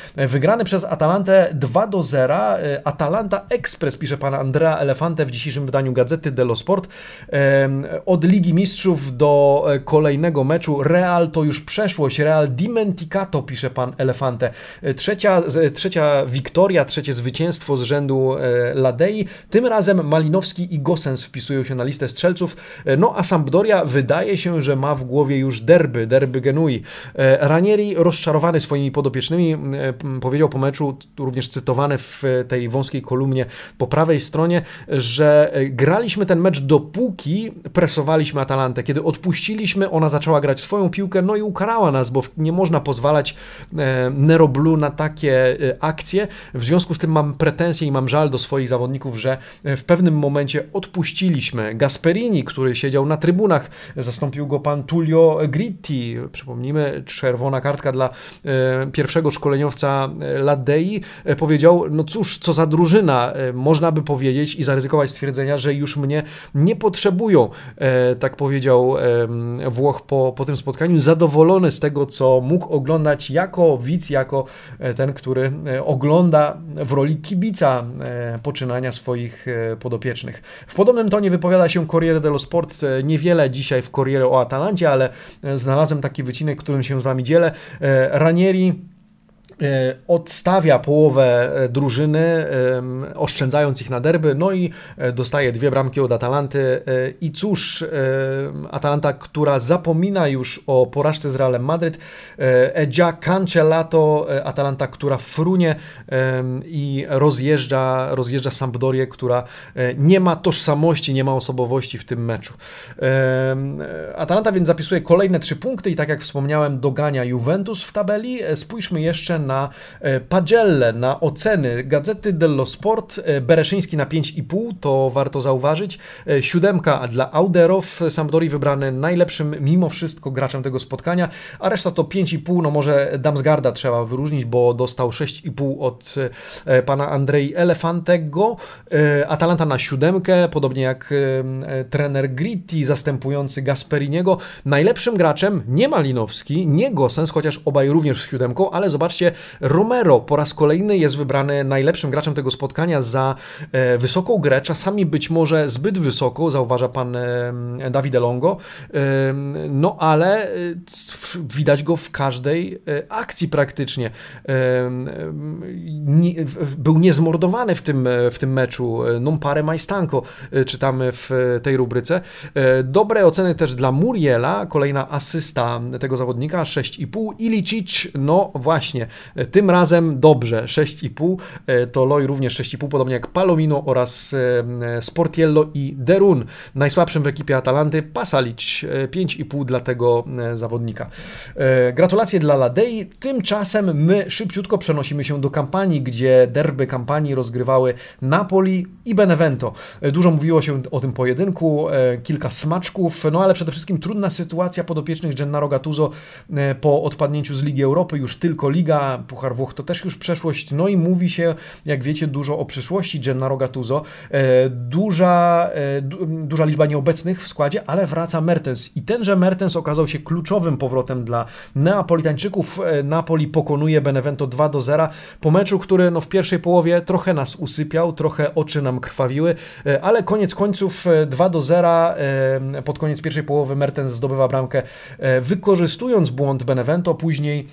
Wygrany przez Atalantę dwa do zera. Atalanta Express, pisze pan Andrea Elefante w dzisiejszym wydaniu Gazety dello Sport. Od Ligi Mistrzów do kolejnego meczu. Real to już przeszłość. Real dimenticato, pisze pan Elefante. Trzecia, trzecia wiktoria, trzecie zwycięstwo z rzędu Ladei. Tym razem Malinowski i Gosens wpisują się na listę strzelców. No a Sampdoria wydaje się, że ma w głowie już derby, derby Genui. Ranieri, rozczarowany swoimi podopiecznymi, powiedział po meczu, również cytowany w tej wąskiej kolumnie po prawej stronie, że graliśmy ten mecz dopóki presowaliśmy Atalantę. Kiedy odpuściliśmy, ona zaczęła grać swoją piłkę, no i ukarała nas, bo nie można pozwalać Nero Blue na takie akcje. W związku z tym mam pretensje i mam żal do swoich zawodników, że w pewnym momencie odpuściliśmy. Gasperini, który siedział na trybunach, zastąpił go pan Tullio Gritti. Przypomnijmy, czerwona kartka dla e, pierwszego szkoleniowca Ladei. E, powiedział, no cóż, co za drużyna. E, można by powiedzieć i zaryzykować stwierdzenia, że już mnie nie potrzebują. E, tak powiedział e, Włoch po, po tym spotkaniu. Zadowolony z tego, co mógł oglądać jako widz, jako ten, który ogląda w roli kibica e, poczynania swoich e, podopiecznych. W podobnym tonie wypowiada się Corriere dello Sport. Niewiele dzisiaj w Corriere o Atalancie, ale znalazłem taki wycinek, którym się z wami dzielę. Ranieri odstawia połowę drużyny, oszczędzając ich na derby, no i dostaje dwie bramki od Atalanty. I cóż, Atalanta, która zapomina już o porażce z Realem Madryt, Gia Cancellato, Atalanta, która frunie i rozjeżdża, rozjeżdża Sampdorię, która nie ma tożsamości, nie ma osobowości w tym meczu. Atalanta więc zapisuje kolejne trzy punkty i tak jak wspomniałem, dogania Juventus w tabeli. Spójrzmy jeszcze na Pagelle, na oceny Gazety dello Sport. Bereszyński na pięć i pół, to warto zauważyć. Siódemka dla Auderow, Sampdorii wybrany najlepszym mimo wszystko graczem tego spotkania, a reszta to pięć i pół. No może Damsgaarda trzeba wyróżnić, bo dostał sześć i pół od pana Andrei Elefantego. Atalanta na siódemkę, podobnie jak trener Gritti zastępujący Gasperiniego. Najlepszym graczem nie Malinowski, nie Gosens, chociaż obaj również z siódemką, ale zobaczcie, Romero po raz kolejny jest wybrany najlepszym graczem tego spotkania za e, wysoką grę, czasami być może zbyt wysoką, zauważa pan e, Davide Longo, e, no ale e, widać go w każdej e, akcji praktycznie. E, nie, był niezmordowany w tym, w tym meczu, non pare mai stanco, e, czytamy w tej rubryce. E, dobre oceny też dla Muriela, kolejna asysta tego zawodnika, sześć i pół. Ilicic, no właśnie, tym razem dobrze, sześć i pół. Toloi również sześć i pół, podobnie jak Palomino oraz Sportiello i Derun. Najsłabszym w ekipie Atalanty Pasalic, pięć i pół dla tego zawodnika. Gratulacje dla Ladei. Tymczasem my szybciutko przenosimy się do kampanii, gdzie derby kampanii rozgrywały Napoli i Benevento. Dużo mówiło się o tym pojedynku, kilka smaczków, no ale przede wszystkim trudna sytuacja podopiecznych Gennaro Gattuso po odpadnięciu z Ligi Europy, już tylko Liga, Puchar Włoch to też już przeszłość, no i mówi się, jak wiecie, dużo o przyszłości Gennaro Gattuso. E, duża, e, du, duża liczba nieobecnych w składzie, ale wraca Mertens i tenże Mertens okazał się kluczowym powrotem dla Neapolitańczyków. E, Napoli pokonuje Benevento dwa do zera po meczu, który no, w pierwszej połowie trochę nas usypiał, trochę oczy nam krwawiły, e, ale koniec końców dwa do zera, e, pod koniec pierwszej połowy Mertens zdobywa bramkę, e, wykorzystując błąd Benevento, później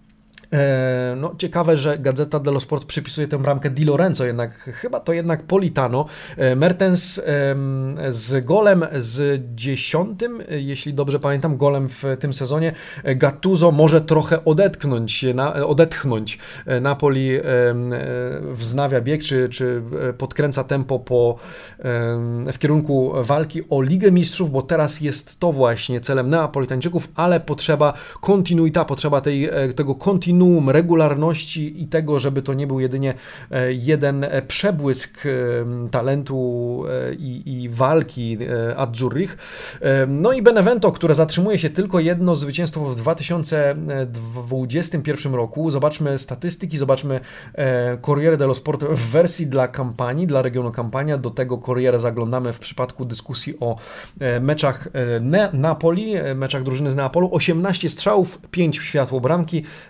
no, ciekawe, że Gazeta dello Sport przypisuje tę bramkę Di Lorenzo, jednak chyba to jednak Politano. Mertens z golem z dziesiątym, jeśli dobrze pamiętam, golem w tym sezonie. Gattuso może trochę odetchnąć, odetchnąć. Napoli wznawia bieg, czy, czy podkręca tempo po, w kierunku walki o Ligę Mistrzów, bo teraz jest to właśnie celem Neapolitańczyków, ale potrzeba kontinuita, potrzeba tej, tego kontinuum, regularności i tego, żeby to nie był jedynie jeden przebłysk talentu i, i walki Azzurrich. No i Benevento, które zatrzymuje się tylko jedno zwycięstwo w dwa tysiące dwudziestym pierwszym roku. Zobaczmy statystyki, zobaczmy Corriere dello Sport w wersji dla kampanii, dla regionu Campania. Do tego Corriere zaglądamy w przypadku dyskusji o meczach Napoli, meczach drużyny z Neapolu. osiemnaście strzałów, pięć w światło bramki. Dla porównania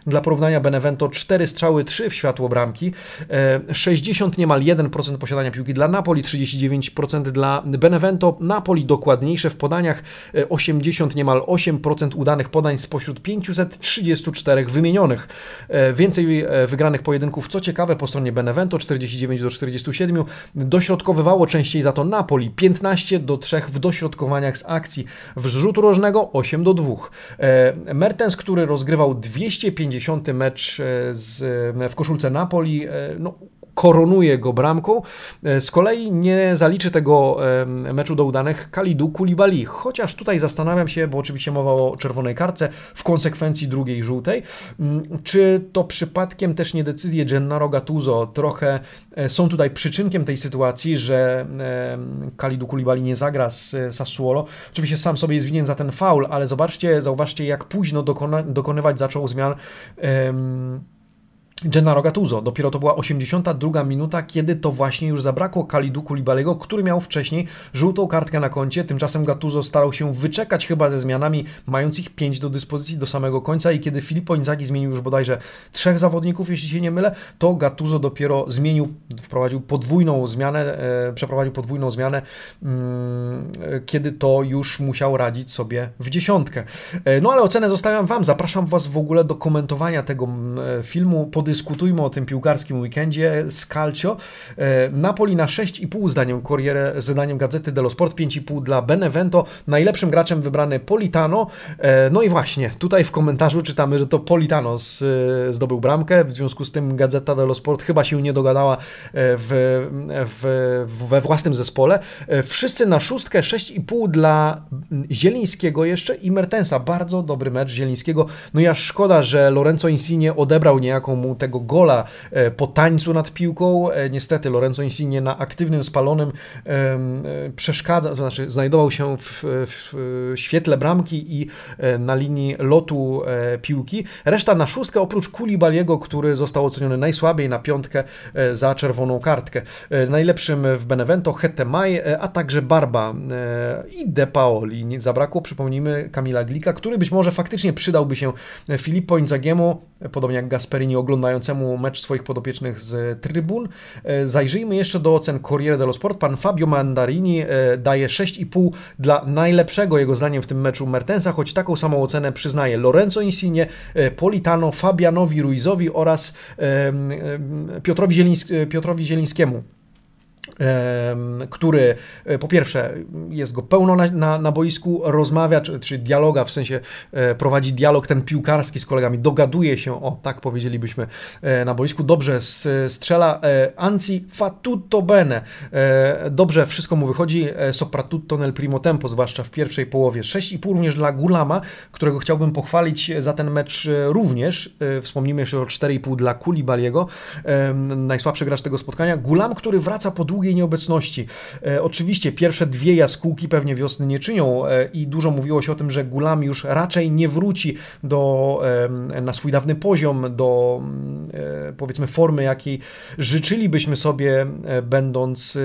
porównania Benevento cztery strzały, trzy w światło bramki, sześćdziesiąt niemal jeden procent posiadania piłki dla Napoli, trzydzieści dziewięć procent dla Benevento. Napoli dokładniejsze w podaniach, osiemdziesiąt niemal osiem procent udanych podań spośród pięćset trzydzieści cztery wymienionych. Więcej wygranych pojedynków, co ciekawe, po stronie Benevento czterdzieści dziewięć do czterdziestu siedmiu. Dośrodkowywało częściej za to Napoli, piętnaście do trzech w dośrodkowaniach z akcji. W rzutu rożnego osiem do dwóch. Mertens, który rozgrywał dwieście pięćdziesiąty mecz z, w koszulce Napoli, no, koronuje go bramką. Z kolei nie zaliczy tego meczu do udanych Kalidou Koulibaly, chociaż tutaj zastanawiam się, bo oczywiście mowa o czerwonej kartce, w konsekwencji drugiej żółtej, czy to przypadkiem też nie decyzje Gennaro Gattuso trochę są tutaj przyczynkiem tej sytuacji, że Kalidou Koulibaly nie zagra z Sassuolo. Oczywiście sam sobie jest winien za ten faul, ale zobaczcie, zauważcie, jak późno dokona, dokonywać zaczął zmian um, Gennaro Gattuso. Dopiero to była osiemdziesiąta druga minuta, kiedy to właśnie już zabrakło Kalidou Koulibaly'ego, który miał wcześniej żółtą kartkę na koncie. Tymczasem Gattuso starał się wyczekać chyba ze zmianami, mając ich pięć do dyspozycji do samego końca, i kiedy Filippo Inzaghi zmienił już bodajże trzech zawodników, jeśli się nie mylę, to Gattuso dopiero zmienił, wprowadził podwójną zmianę, e, przeprowadził podwójną zmianę, mm, kiedy to już musiał radzić sobie w dziesiątkę. E, no ale ocenę zostawiam Wam. Zapraszam Was w ogóle do komentowania tego e, filmu. Podyskutujmy o tym piłkarskim weekendzie z Calcio. Napoli na sześć i pół zdaniem Corriere, zdaniem Gazety dello Sport, pięć i pół dla Benevento. Najlepszym graczem wybrany Politano. No i właśnie, tutaj w komentarzu czytamy, że to Politano z, zdobył bramkę. W związku z tym Gazeta dello Sport chyba się nie dogadała w, w, we własnym zespole. Wszyscy na szóstkę, sześć i pół dla Zielińskiego jeszcze i Mertensa. Bardzo dobry mecz Zielińskiego. No i aż szkoda, że Lorenzo Insigne odebrał niejako mu tego gola po tańcu nad piłką. Niestety Lorenzo Insigne na aktywnym, spalonym przeszkadza, to znaczy znajdował się w, w świetle bramki i na linii lotu piłki. Reszta na szóstkę, oprócz Koulibaly'ego, który został oceniony najsłabiej, na piątkę za czerwoną kartkę. Najlepszym w Benevento Hetemaj, a także Barba i De Paoli. Zabrakło, przypomnijmy, Kamila Glika, który być może faktycznie przydałby się Filippo Inzaghiemu, podobnie jak Gasperini, oglądającemu mecz swoich podopiecznych z trybun. Zajrzyjmy jeszcze do ocen Corriere dello Sport. Pan Fabio Mandarini daje sześć i pół dla najlepszego, jego zdaniem, w tym meczu Mertensa, choć taką samą ocenę przyznaje Lorenzo Insigne, Politano, Fabianowi Ruizowi oraz Piotrowi, Zielińsk- Piotrowi Zielińskiemu, który po pierwsze jest go pełno na, na, na boisku, rozmawia, czy, czy dialoga, w sensie prowadzi dialog ten piłkarski z kolegami, dogaduje się, o tak powiedzielibyśmy, na boisku, dobrze strzela, anzi fa tutto bene, dobrze wszystko mu wychodzi, soprattutto nel primo tempo, zwłaszcza w pierwszej połowie. sześć i pół również dla Gulama, którego chciałbym pochwalić za ten mecz również. Wspomnijmy jeszcze o cztery i pół dla Koulibaly'ego, najsłabszy gracz tego spotkania. Gulam, który wraca po długiej nieobecności. E, oczywiście pierwsze dwie jaskółki pewnie wiosny nie czynią e, i dużo mówiło się o tym, że Gulam już raczej nie wróci do, e, na swój dawny poziom, do e, powiedzmy formy, jakiej życzylibyśmy sobie, e, będąc e,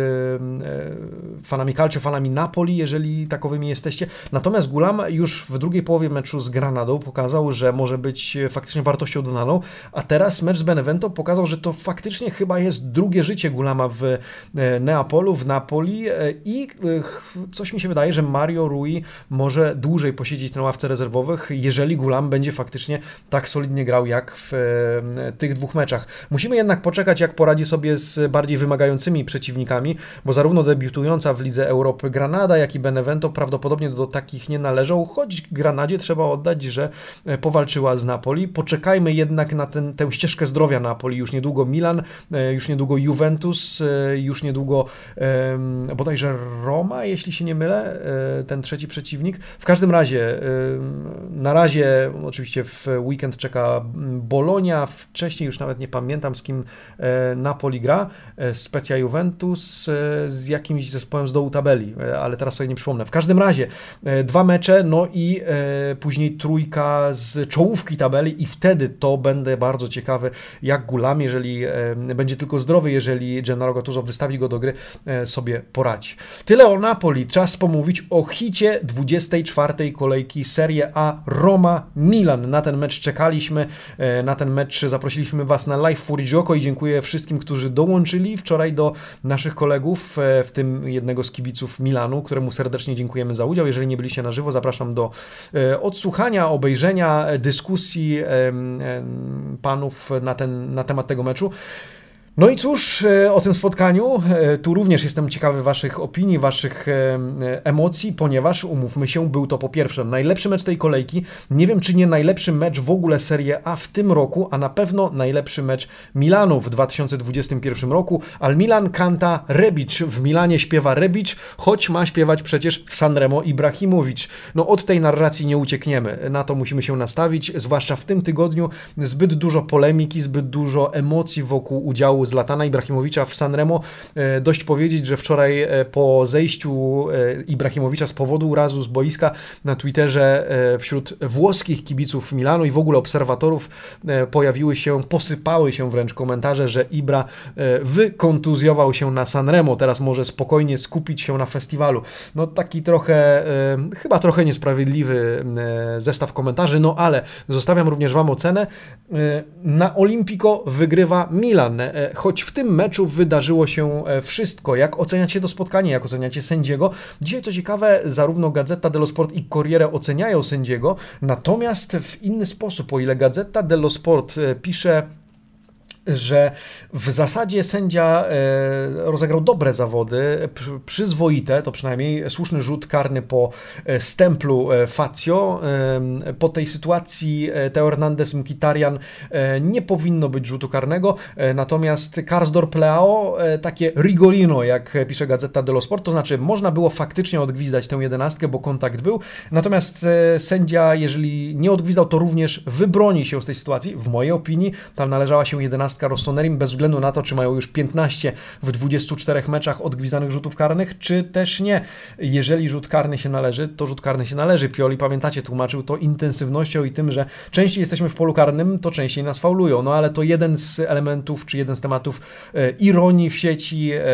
fanami Calcio, fanami Napoli, jeżeli takowymi jesteście. Natomiast Gulam już w drugiej połowie meczu z Granadą pokazał, że może być faktycznie wartością dodaną, a teraz mecz z Benevento pokazał, że to faktycznie chyba jest drugie życie Gulama w Neapolu, w Napoli, i coś mi się wydaje, że Mario Rui może dłużej posiedzieć na ławce rezerwowych, jeżeli Gulam będzie faktycznie tak solidnie grał jak w tych dwóch meczach. Musimy jednak poczekać, jak poradzi sobie z bardziej wymagającymi przeciwnikami, bo zarówno debiutująca w Lidze Europy Granada, jak i Benevento prawdopodobnie do takich nie należą, choć Granadzie trzeba oddać, że powalczyła z Napoli. Poczekajmy jednak na ten, tę ścieżkę zdrowia Napoli. Już niedługo Milan, już niedługo Juventus, już niedługo um, bodajże Roma, jeśli się nie mylę, ten trzeci przeciwnik. W każdym razie, na razie oczywiście w weekend czeka Bologna, wcześniej już nawet nie pamiętam, z kim Napoli gra, Spezia Juventus, z jakimś zespołem z dołu tabeli, ale teraz sobie nie przypomnę. W każdym razie dwa mecze, no i później trójka z czołówki tabeli i wtedy to będę bardzo ciekawy, jak Gulam, jeżeli będzie tylko zdrowy, jeżeli Gennaro Gattuso wystawi wstawi go do gry, sobie poradzi. Tyle o Napoli. Czas pomówić o hicie dwudziestej czwartej kolejki Serie A Roma-Milan. Na ten mecz czekaliśmy, na ten mecz zaprosiliśmy Was na live Fuorigioco i dziękuję wszystkim, którzy dołączyli wczoraj do naszych kolegów, w tym jednego z kibiców Milanu, któremu serdecznie dziękujemy za udział. Jeżeli nie byliście na żywo, zapraszam do odsłuchania, obejrzenia, dyskusji panów na, ten, na temat tego meczu. No i cóż, o tym spotkaniu, tu również jestem ciekawy Waszych opinii, Waszych emocji, ponieważ, umówmy się, był to po pierwsze najlepszy mecz tej kolejki, nie wiem czy nie najlepszy mecz w ogóle Serie A w tym roku, a na pewno najlepszy mecz Milanu w dwa tysiące dwudziestym pierwszym roku. Al Milan canta Rebic, w Milanie śpiewa Rebic, choć ma śpiewać przecież w Sanremo Ibrahimovic. No od tej narracji nie uciekniemy, na to musimy się nastawić, zwłaszcza w tym tygodniu zbyt dużo polemiki, zbyt dużo emocji wokół udziału Zlatana Ibrahimowicza w Sanremo. Dość powiedzieć, że wczoraj po zejściu Ibrahimowicza z powodu urazu z boiska na Twitterze wśród włoskich kibiców Milanu i w ogóle obserwatorów pojawiły się, posypały się wręcz komentarze, że Ibra wykontuzjował się na Sanremo, teraz może spokojnie skupić się na festiwalu. No taki trochę, chyba trochę niesprawiedliwy zestaw komentarzy, no ale zostawiam również Wam ocenę. Na Olimpico wygrywa Milan. Choć w tym meczu wydarzyło się wszystko. Jak oceniacie to spotkanie, jak oceniacie sędziego? Dzisiaj co ciekawe, zarówno Gazzetta dello Sport i Corriere oceniają sędziego, natomiast w inny sposób. O ile Gazzetta dello Sport pisze, że w zasadzie sędzia rozegrał dobre zawody, przyzwoite, to przynajmniej słuszny rzut karny po stemplu Fazio. Po tej sytuacji Teo Hernandez Mkhitaryan nie powinno być rzutu karnego, natomiast Karsdorp Leao takie rigorino, jak pisze Gazzetta dello Sport, to znaczy można było faktycznie odgwizdać tę jedenastkę, bo kontakt był, natomiast sędzia, jeżeli nie odgwizdał, to również wybroni się z tej sytuacji. W mojej opinii tam należała się jedenastka Rossonerim, bez względu na to, czy mają już piętnaście w dwudziestu czterech meczach odgwizdanych rzutów karnych, czy też nie. Jeżeli rzut karny się należy, to rzut karny się należy. Pioli, pamiętacie, tłumaczył to intensywnością i tym, że częściej jesteśmy w polu karnym, to częściej nas faulują. No ale to jeden z elementów, czy jeden z tematów e, ironii w sieci. E,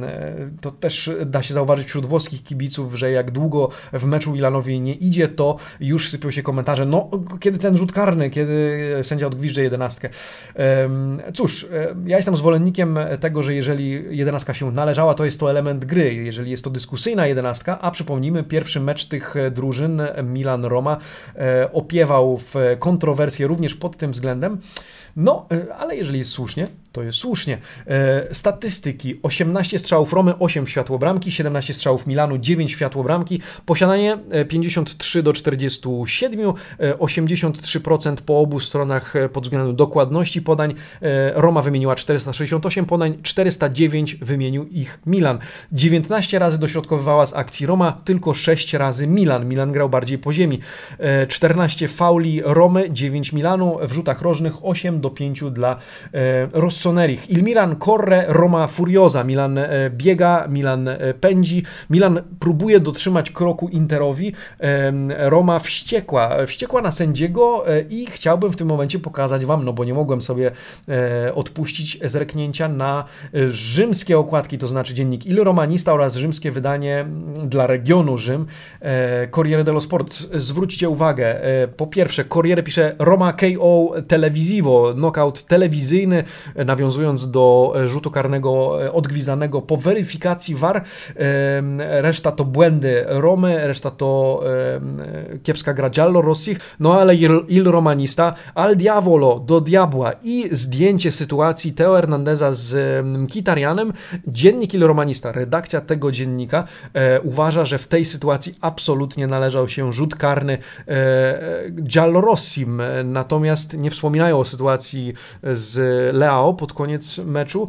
to też da się zauważyć wśród włoskich kibiców, że jak długo w meczu Milanowi nie idzie, to już sypią się komentarze, no kiedy ten rzut karny, kiedy sędzia odgwizdże jedenastkę. E, Cóż, ja jestem zwolennikiem tego, że jeżeli jedenastka się należała, to jest to element gry. Jeżeli jest to dyskusyjna jedenastka, a przypomnijmy, pierwszy mecz tych drużyn Milan-Roma opiewał w kontrowersje również pod tym względem. No, ale jeżeli jest słusznie, to jest słusznie. Statystyki: osiemnaście strzałów Romy, osiem w światło bramki, siedemnaście strzałów Milanu, dziewięć w światło bramki. Posiadanie pięćdziesiąt trzy do czterdziestu siedmiu, osiemdziesiąt trzy procent po obu stronach pod względem dokładności podań. Roma wymieniła czterysta sześćdziesiąt osiem podań, czterysta dziewięć wymienił ich Milan. dziewiętnaście razy dośrodkowywała z akcji Roma, tylko sześć razy Milan. Milan grał bardziej po ziemi. czternaście fauli Romy, dziewięć Milanu, w rzutach rożnych osiem do pięciu dla Rossonerich. Il Milan corre, Roma furiosa. Milan biega, Milan pędzi, Milan próbuje dotrzymać kroku Interowi. Roma wściekła, wściekła na sędziego i chciałbym w tym momencie pokazać Wam, no bo nie mogłem sobie odpuścić zerknięcia na rzymskie okładki, to znaczy dziennik Il Romanista oraz rzymskie wydanie dla regionu Rzym, Corriere dello Sport. Zwróćcie uwagę, po pierwsze Corriere pisze Roma K O telewisivo, knockout telewizyjny, nawiązując do rzutu karnego odgwizanego po weryfikacji V A R. Reszta to błędy Romy, reszta to kiepska gra Giallorossich, no ale Il Romanista, al diavolo, do diabła i zdjęcie sytuacji Teo Hernandeza z Mkhitaryanem. Dziennik Il Romanista, redakcja tego dziennika uważa, że w tej sytuacji absolutnie należał się rzut karny Giallorossim, natomiast nie wspominają o sytuacji z Leao pod koniec meczu.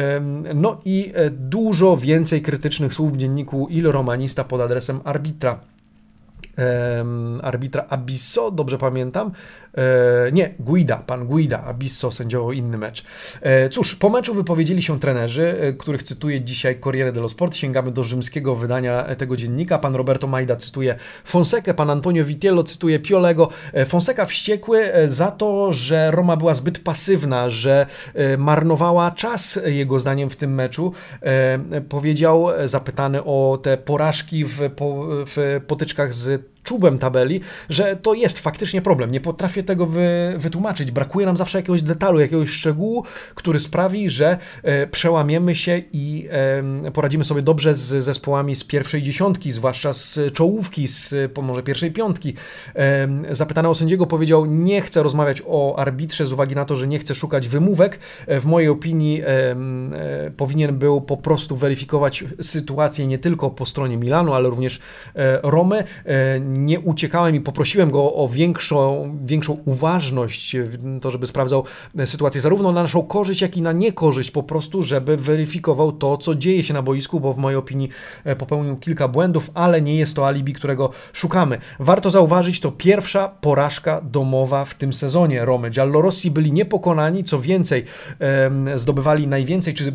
No i dużo więcej krytycznych słów w dzienniku Il Romanista pod adresem arbitra. arbitra Abisso, dobrze pamiętam. E, nie, Guida, pan Guida, Abisso sędziował inny mecz. E, cóż, po meczu wypowiedzieli się trenerzy, e, których cytuje dzisiaj Corriere dello Sport. Sięgamy do rzymskiego wydania tego dziennika. Pan Roberto Maida cytuje Fonsekę, pan Antonio Vitiello cytuje Piolego. E, Fonseca wściekły za to, że Roma była zbyt pasywna, że e, marnowała czas, jego zdaniem, w tym meczu. E, powiedział, zapytany o te porażki w, po, w potyczkach z czubem tabeli, że to jest faktycznie problem. Nie potrafię tego wy, wytłumaczyć. Brakuje nam zawsze jakiegoś detalu, jakiegoś szczegółu, który sprawi, że e, przełamiemy się i e, poradzimy sobie dobrze z zespołami z pierwszej dziesiątki, zwłaszcza z czołówki, z może pierwszej piątki. E, zapytany o sędziego powiedział, nie chcę rozmawiać o arbitrze z uwagi na to, że nie chcę szukać wymówek. E, w mojej opinii e, e, powinien był po prostu weryfikować sytuację nie tylko po stronie Milanu, ale również e, Romy. E, Nie uciekałem i poprosiłem go o większą, większą uważność, to żeby sprawdzał sytuację zarówno na naszą korzyść, jak i na niekorzyść, po prostu, żeby weryfikował to, co dzieje się na boisku, bo w mojej opinii popełnił kilka błędów, ale nie jest to alibi, którego szukamy. Warto zauważyć, to pierwsza porażka domowa w tym sezonie Romy. Giallorossi byli niepokonani, co więcej, zdobywali najwięcej, czy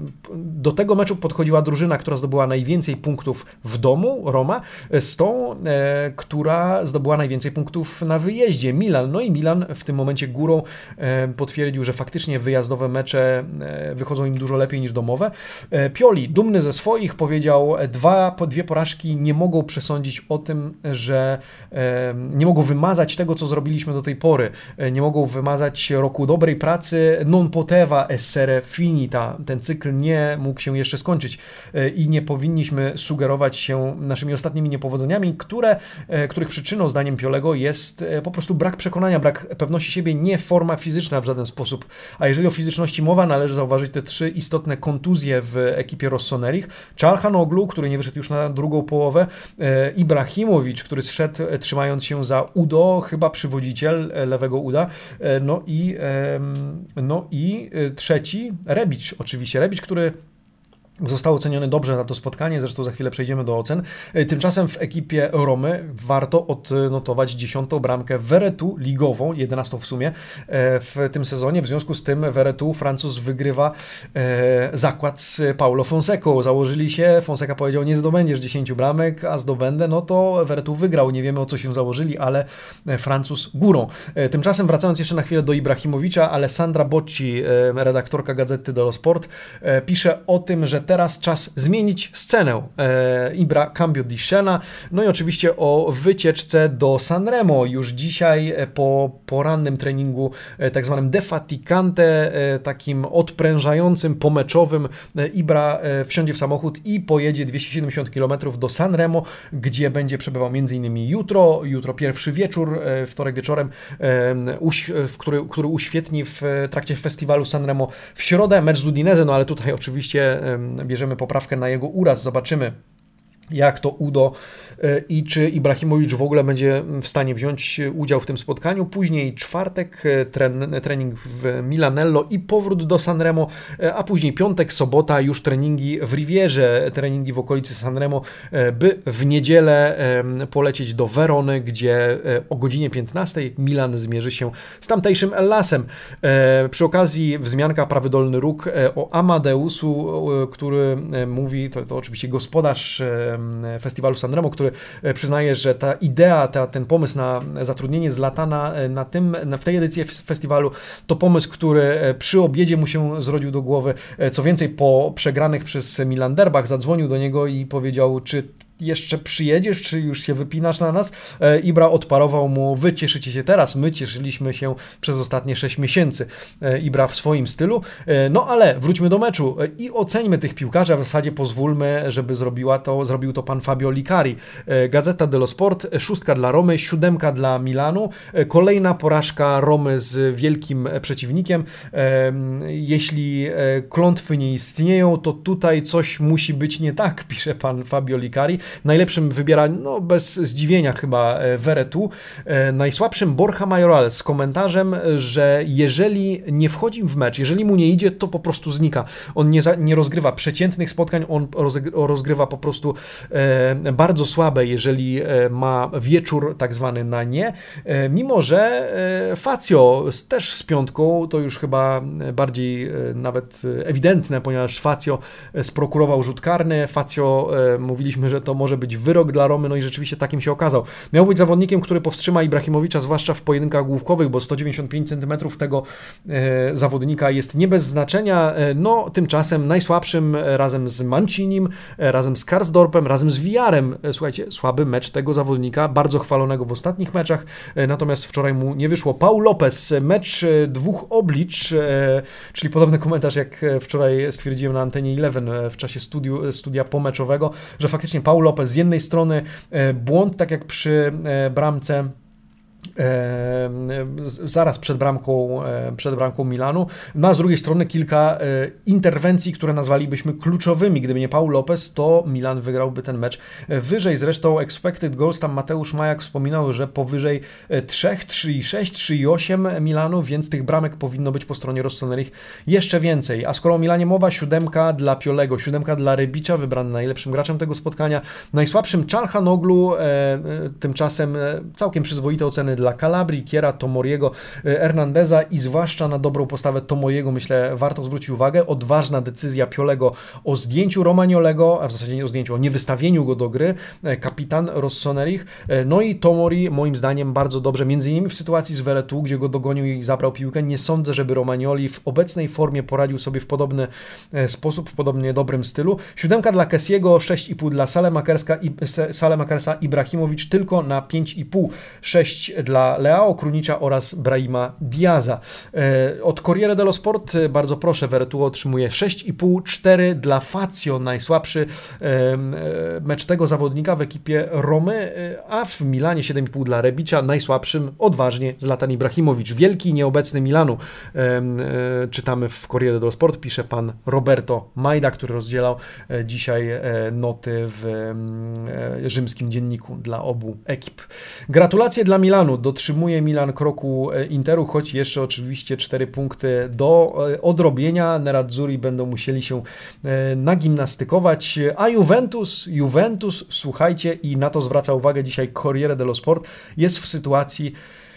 do tego meczu podchodziła drużyna, która zdobyła najwięcej punktów w domu, Roma, z tą która zdobyła najwięcej punktów na wyjeździe, Milan. No i Milan w tym momencie górą potwierdził, że faktycznie wyjazdowe mecze wychodzą im dużo lepiej niż domowe. Pioli, dumny ze swoich, powiedział, dwa, dwie porażki nie mogą przesądzić o tym, że nie mogą wymazać tego, co zrobiliśmy do tej pory. Nie mogą wymazać roku dobrej pracy. Non poteva essere finita. Ten cykl nie mógł się jeszcze skończyć i nie powinniśmy sugerować się naszymi ostatnimi niepowodzeniami, które których przyczyną, zdaniem Piolego, jest po prostu brak przekonania, brak pewności siebie, nie forma fizyczna w żaden sposób. A jeżeli o fizyczności mowa, należy zauważyć te trzy istotne kontuzje w ekipie Rossonerich. Çalhanoğlu, który nie wyszedł już na drugą połowę, Ibrahimowicz, który zszedł trzymając się za udo, chyba przywodziciel lewego uda, no i, no i trzeci, Rebić, oczywiście. Rebić, który został oceniony dobrze na to spotkanie, zresztą za chwilę przejdziemy do ocen. Tymczasem w ekipie Romy warto odnotować dziesiątą bramkę Veretout ligową, jedenastą w sumie w tym sezonie. W związku z tym Veretout, Francuz, wygrywa zakład z Paulo Fonsecą. Założyli się, Fonseca powiedział, nie zdobędziesz dziesięciu bramek, a zdobędę, no to Veretout wygrał. Nie wiemy, o co się założyli, ale Francuz górą. Tymczasem, wracając jeszcze na chwilę do Ibrahimowicza, Alessandra Bocci, redaktorka Gazety dello Sport, pisze o tym, że teraz czas zmienić scenę. E, Ibra cambio di scena. No i oczywiście o wycieczce do Sanremo. Już dzisiaj po porannym treningu e, tak zwanym defaticante, e, takim odprężającym, pomeczowym, e, Ibra e, wsiądzie w samochód i pojedzie dwieście siedemdziesiąt kilometrów do Sanremo, gdzie będzie przebywał m.in. jutro, jutro pierwszy wieczór, e, wtorek wieczorem, e, uś, w który, który uświetni w trakcie festiwalu Sanremo w środę mecz z Udinese, no ale tutaj oczywiście e, bierzemy poprawkę na jego uraz, zobaczymy, jak to Udo i czy Ibrahimowicz w ogóle będzie w stanie wziąć udział w tym spotkaniu. Później czwartek, tren, trening w Milanello i powrót do Sanremo, a później piątek, sobota, już treningi w Rivierze, treningi w okolicy Sanremo, by w niedzielę polecieć do Werony, gdzie o godzinie piętnastej Milan zmierzy się z tamtejszym Hellasem. Przy okazji wzmianka, prawy dolny róg, o Amadeusu, który mówi, to, to oczywiście gospodarz festiwalu Sanremo, który przyznaje, że ta idea, ta, ten pomysł na zatrudnienie Zlatana na tym, na, w tej edycji festiwalu to pomysł, który przy obiedzie mu się zrodził do głowy. Co więcej, po przegranych przez Milan derbach zadzwonił do niego i powiedział, czy jeszcze przyjedziesz, czy już się wypinasz na nas? Ibra odparował mu, wy cieszycie się teraz, my cieszyliśmy się przez ostatnie sześć miesięcy. Ibra w swoim stylu. No ale wróćmy do meczu i oceńmy tych piłkarzy, a w zasadzie pozwólmy, żeby zrobiła to, zrobił to pan Fabio Licari. Gazeta dello Sport, szóstka dla Romy, siódemka dla Milanu. Kolejna porażka Romy z wielkim przeciwnikiem. Jeśli klątwy nie istnieją, to tutaj coś musi być nie tak, pisze pan Fabio Licari. Najlepszym wybiera, no bez zdziwienia chyba, Veretout. Najsłabszym Borja Mayoral z komentarzem, że jeżeli nie wchodzi w mecz, jeżeli mu nie idzie, to po prostu znika. On nie, za, nie rozgrywa przeciętnych spotkań, on rozgrywa po prostu e, bardzo słabe, jeżeli e, ma wieczór tak zwany na nie, e, mimo że e, Fazio też z piątką, to już chyba bardziej e, nawet ewidentne, ponieważ Fazio sprokurował rzut karny, Fazio e, mówiliśmy, że to może być wyrok dla Romy, no i rzeczywiście takim się okazał. Miał być zawodnikiem, który powstrzyma Ibrahimowicza, zwłaszcza w pojedynkach główkowych, bo sto dziewięćdziesiąt pięć centymetrów tego e, zawodnika jest nie bez znaczenia. E, no, tymczasem najsłabszym e, razem z Mancinim, e, razem z Karsdorpem, razem z Villarem, e, słuchajcie, słaby mecz tego zawodnika, bardzo chwalonego w ostatnich meczach, e, natomiast wczoraj mu nie wyszło. Paul Lopez, mecz e, dwóch oblicz, e, czyli podobny komentarz, jak wczoraj stwierdziłem na antenie Eleven e, w czasie studiu, studia pomeczowego, że faktycznie Paul Lopez z jednej strony e, błąd, tak jak przy e, bramce E, zaraz przed bramką, e, przed bramką Milanu, no a z drugiej strony kilka e, interwencji, które nazwalibyśmy kluczowymi. Gdyby nie Paul Lopez, to Milan wygrałby ten mecz. E, wyżej zresztą expected goals, tam Mateusz Majak wspominał, że powyżej trzy, trzy i sześć, trzy i osiem Milanu, więc tych bramek powinno być po stronie Rossoneri jeszcze więcej. A skoro o Milanie mowa, siódemka dla Piolego, siódemka dla Rebicza, wybrany najlepszym graczem tego spotkania, najsłabszym Çalhanoglu, e, tymczasem e, całkiem przyzwoite oceny dla Calabrii, Kiera, Tomoriego, Hernandeza i zwłaszcza na dobrą postawę Tomoriego, myślę, warto zwrócić uwagę. Odważna decyzja Piolego o zdjęciu Romagnolego, a w zasadzie nie o zdjęciu, o niewystawieniu go do gry, kapitan Rossonerich. No i Tomori moim zdaniem bardzo dobrze, między innymi w sytuacji z Veretout, gdzie go dogonił i zabrał piłkę. Nie sądzę, żeby Romagnoli w obecnej formie poradził sobie w podobny sposób, w podobnie dobrym stylu. Siódemka dla Kessiego, sześć i pół dla Salemakersa, Ibrahimowicz tylko na pięć i pół, sześć dla Leao Krunicza oraz Brahima Diaza. Od Corriere dello Sport bardzo proszę, Veretout otrzymuje sześć i pół, cztery dla Fazio, najsłabszy mecz tego zawodnika w ekipie Romy, a w Milanie siedem i pół dla Rebicza, najsłabszym odważnie Zlatan Ibrahimowicz. Wielki nieobecny Milanu, czytamy w Corriere dello Sport, pisze pan Roberto Majda, który rozdzielał dzisiaj noty w rzymskim dzienniku dla obu ekip. Gratulacje dla Milanu. Dotrzymuje Milan kroku Interu, choć jeszcze oczywiście cztery punkty do odrobienia. Nerazzurri będą musieli się nagimnastykować, a Juventus, Juventus, słuchajcie, i na to zwraca uwagę dzisiaj Corriere dello Sport, jest w sytuacji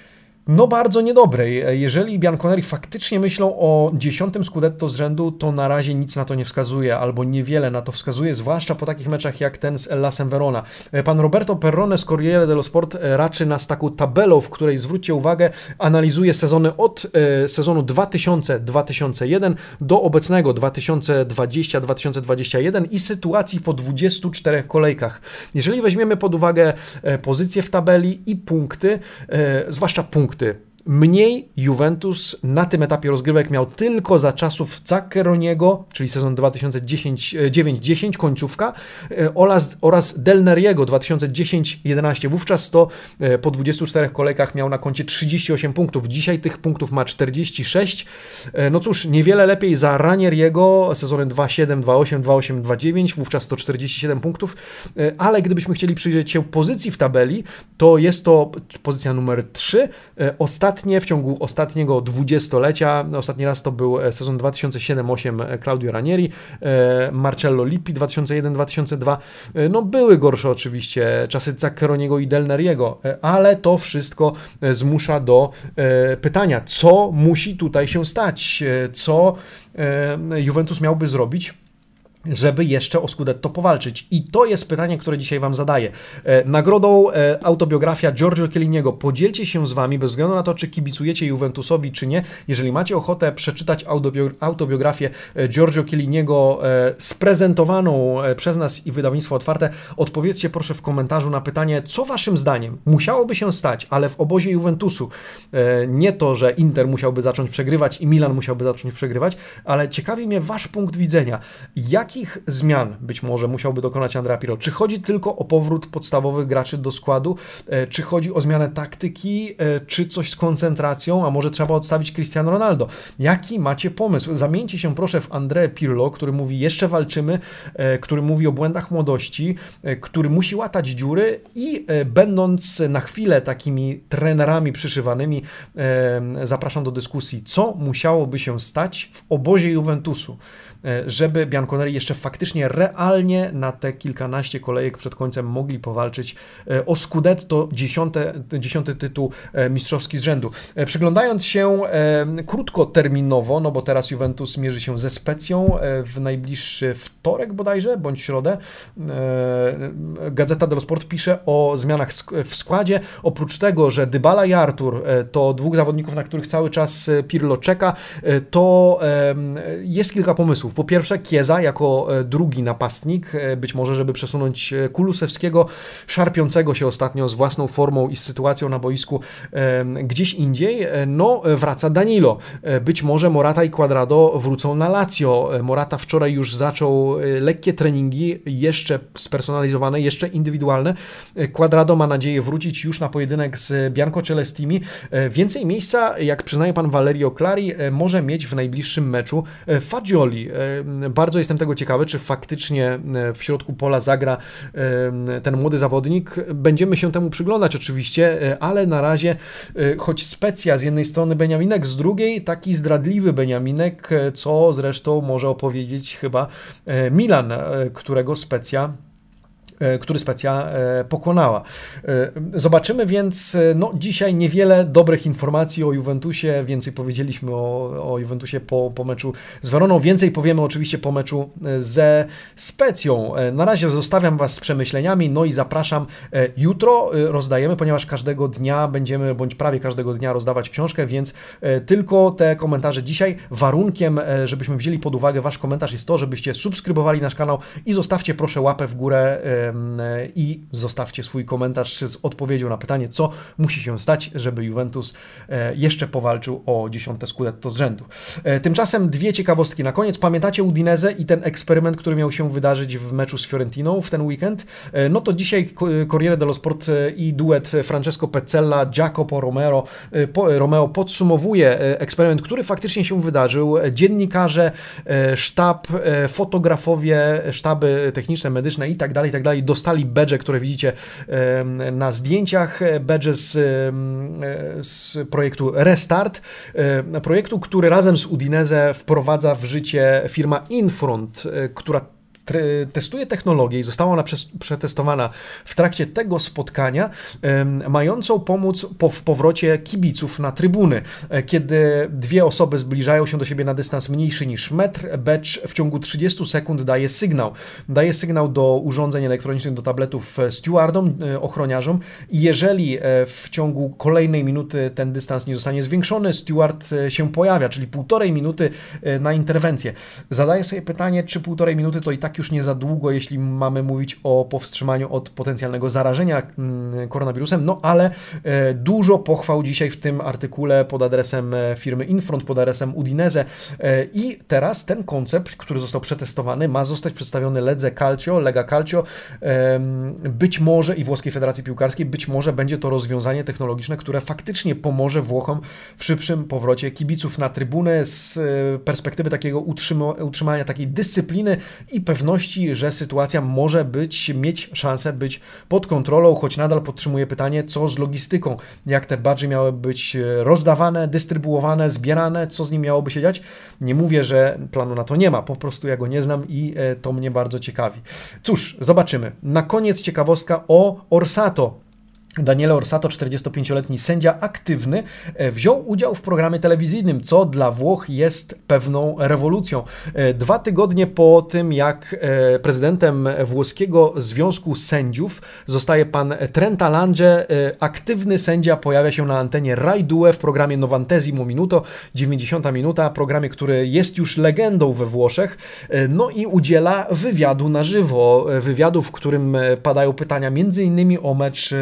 no bardzo niedobrej. Jeżeli Bianconeri faktycznie myślą o dziesiątym Scudetto z rzędu, to na razie nic na to nie wskazuje, albo niewiele na to wskazuje, zwłaszcza po takich meczach jak ten z Hellasem Verona. Pan Roberto Perrone z Corriere dello Sport raczy nas taką tabelą, w której, zwróćcie uwagę, analizuje sezony od e, sezonu dwa tysiące do dwa tysiące jeden do obecnego dwa tysiące dwudziestego do dwa tysiące dwudziestego pierwszego i sytuacji po dwudziestu czterech kolejkach. Jeżeli weźmiemy pod uwagę e, pozycję w tabeli i punkty, e, zwłaszcza punkty, mniej Juventus na tym etapie rozgrywek miał tylko za czasów Zaccheroniego, czyli sezon dwa tysiące dziewięć dziesięć, końcówka, oraz, oraz Del Neriego dwa tysiące dziesięć jedenaście. Wówczas to po dwudziestu czterech kolejkach miał na koncie trzydzieści osiem punktów. Dzisiaj tych punktów ma czterdzieści sześć. No cóż, niewiele lepiej za Ranieriego, sezony dwa siedem, dwa osiem, dwa osiem, dwa dziewięć, wówczas sto czterdzieści siedem punktów, ale gdybyśmy chcieli przyjrzeć się pozycji w tabeli, to jest to pozycja numer trzy. Ostatnia w ciągu ostatniego dwudziestolecia, ostatni raz to był sezon dwa tysiące siedem osiem Claudio Ranieri, Marcello Lippi dwa tysiące jeden dwa tysiące dwa, no były gorsze oczywiście czasy Zaccheroniego i Del Neriego, ale to wszystko zmusza do pytania, co musi tutaj się stać, co Juventus miałby zrobić, żeby jeszcze o Scudetto powalczyć. I to jest pytanie, które dzisiaj Wam zadaję. Nagrodą autobiografia Giorgio Chielliniego. Podzielcie się z Wami, bez względu na to, czy kibicujecie Juventusowi, czy nie. Jeżeli macie ochotę przeczytać autobiografię Giorgio Chielliniego sprezentowaną przez nas i wydawnictwo Otwarte, odpowiedzcie proszę w komentarzu na pytanie, co Waszym zdaniem musiałoby się stać, ale w obozie Juventusu. Nie to, że Inter musiałby zacząć przegrywać i Milan musiałby zacząć przegrywać, ale ciekawi mnie Wasz punkt widzenia. Jaki Jakich zmian być może musiałby dokonać Andrea Pirlo? Czy chodzi tylko o powrót podstawowych graczy do składu? Czy chodzi o zmianę taktyki? Czy coś z koncentracją? A może trzeba odstawić Cristiano Ronaldo? Jaki macie pomysł? Zamieńcie się proszę w Andrea Pirlo, który mówi jeszcze walczymy, który mówi o błędach młodości, który musi łatać dziury i będąc na chwilę takimi trenerami przyszywanymi, zapraszam do dyskusji, co musiałoby się stać w obozie Juventusu, żeby Bianconeri jeszcze faktycznie realnie na te kilkanaście kolejek przed końcem mogli powalczyć o Scudetto, dziesiąte, dziesiąty tytuł mistrzowski z rzędu. Przyglądając się krótkoterminowo, no bo teraz Juventus mierzy się ze Specją w najbliższy wtorek bodajże, bądź środę. Gazeta dello Sport pisze o zmianach w składzie. Oprócz tego, że Dybala i Artur to dwóch zawodników, na których cały czas Pirlo czeka, to jest kilka pomysłów. Po pierwsze Chiesa jako drugi napastnik, być może żeby przesunąć Kulusewskiego, szarpiącego się ostatnio z własną formą i z sytuacją na boisku gdzieś indziej. No wraca Danilo. Być może Morata i Cuadrado wrócą na Lazio. Morata wczoraj już zaczął lekkie treningi, jeszcze spersonalizowane, jeszcze indywidualne. Cuadrado ma nadzieję wrócić już na pojedynek z Biancocelestimi. Więcej miejsca, jak przyznaje pan Valerio Clari, może mieć w najbliższym meczu Fagioli. Bardzo jestem tego ciekawy, czy faktycznie w środku pola zagra ten młody zawodnik. Będziemy się temu przyglądać oczywiście, ale na razie, choć Specja z jednej strony, Beniaminek z drugiej, taki zdradliwy Beniaminek, co zresztą może opowiedzieć chyba Milan, którego Specja który Specja pokonała. Zobaczymy więc, no dzisiaj niewiele dobrych informacji o Juventusie, więcej powiedzieliśmy o, o Juventusie po, po meczu z Weroną, więcej powiemy oczywiście po meczu ze Specją. Na razie zostawiam Was z przemyśleniami, no i zapraszam jutro, rozdajemy, ponieważ każdego dnia będziemy, bądź prawie każdego dnia rozdawać książkę, więc tylko te komentarze dzisiaj. Warunkiem, żebyśmy wzięli pod uwagę Wasz komentarz jest to, żebyście subskrybowali nasz kanał i zostawcie proszę łapę w górę i zostawcie swój komentarz z odpowiedzią na pytanie, co musi się stać, żeby Juventus jeszcze powalczył o dziesiąte Scudetto z rzędu. Tymczasem dwie ciekawostki na koniec. Pamiętacie Udinese i ten eksperyment, który miał się wydarzyć w meczu z Fiorentiną w ten weekend? No to dzisiaj Corriere dello Sport i duet Francesco Pezzella, Jacopo Romero, Romeo podsumowuje eksperyment, który faktycznie się wydarzył. Dziennikarze, sztab, fotografowie, sztaby techniczne, medyczne i tak dalej, i tak dalej dostali badge, które widzicie na zdjęciach, badge z, z projektu Restart, projektu, który razem z Udinese wprowadza w życie firma Infront, która testuje technologię i została ona przetestowana w trakcie tego spotkania, mającą pomóc po, w powrocie kibiców na trybuny. Kiedy dwie osoby zbliżają się do siebie na dystans mniejszy niż metr, badge w ciągu trzydziestu sekund daje sygnał. Daje sygnał do urządzeń elektronicznych, do tabletów stewardom, ochroniarzom i jeżeli w ciągu kolejnej minuty ten dystans nie zostanie zwiększony, steward się pojawia, czyli półtorej minuty na interwencję. Zadaję sobie pytanie, czy półtorej minuty to i tak już nie za długo, jeśli mamy mówić o powstrzymaniu od potencjalnego zarażenia koronawirusem, no ale dużo pochwał dzisiaj w tym artykule pod adresem firmy Infront, pod adresem Udinese i teraz ten koncept, który został przetestowany, ma zostać przedstawiony Ledze Calcio, Lega Calcio, być może i Włoskiej Federacji Piłkarskiej, być może będzie to rozwiązanie technologiczne, które faktycznie pomoże Włochom w szybszym powrocie kibiców na trybuny z perspektywy takiego utrzyma- utrzymania takiej dyscypliny i pewności, że sytuacja może być, mieć szansę być pod kontrolą, choć nadal podtrzymuję pytanie, co z logistyką, jak te badże miały być rozdawane, dystrybuowane, zbierane, co z nim miałoby się dziać. Nie mówię, że planu na to nie ma, po prostu ja go nie znam i to mnie bardzo ciekawi. Cóż, zobaczymy. Na koniec ciekawostka o Orsato. Daniele Orsato, czterdziestopięcioletni sędzia aktywny, wziął udział w programie telewizyjnym, co dla Włoch jest pewną rewolucją. Dwa tygodnie po tym, jak prezydentem włoskiego Związku Sędziów zostaje pan Trenta Lange, aktywny sędzia pojawia się na antenie Rai due w programie Novantesimo Minuto, dziewięćdziesiąta minuta, programie, który jest już legendą we Włoszech, no i udziela wywiadu na żywo, wywiadu, w którym padają pytania między innymi o mecz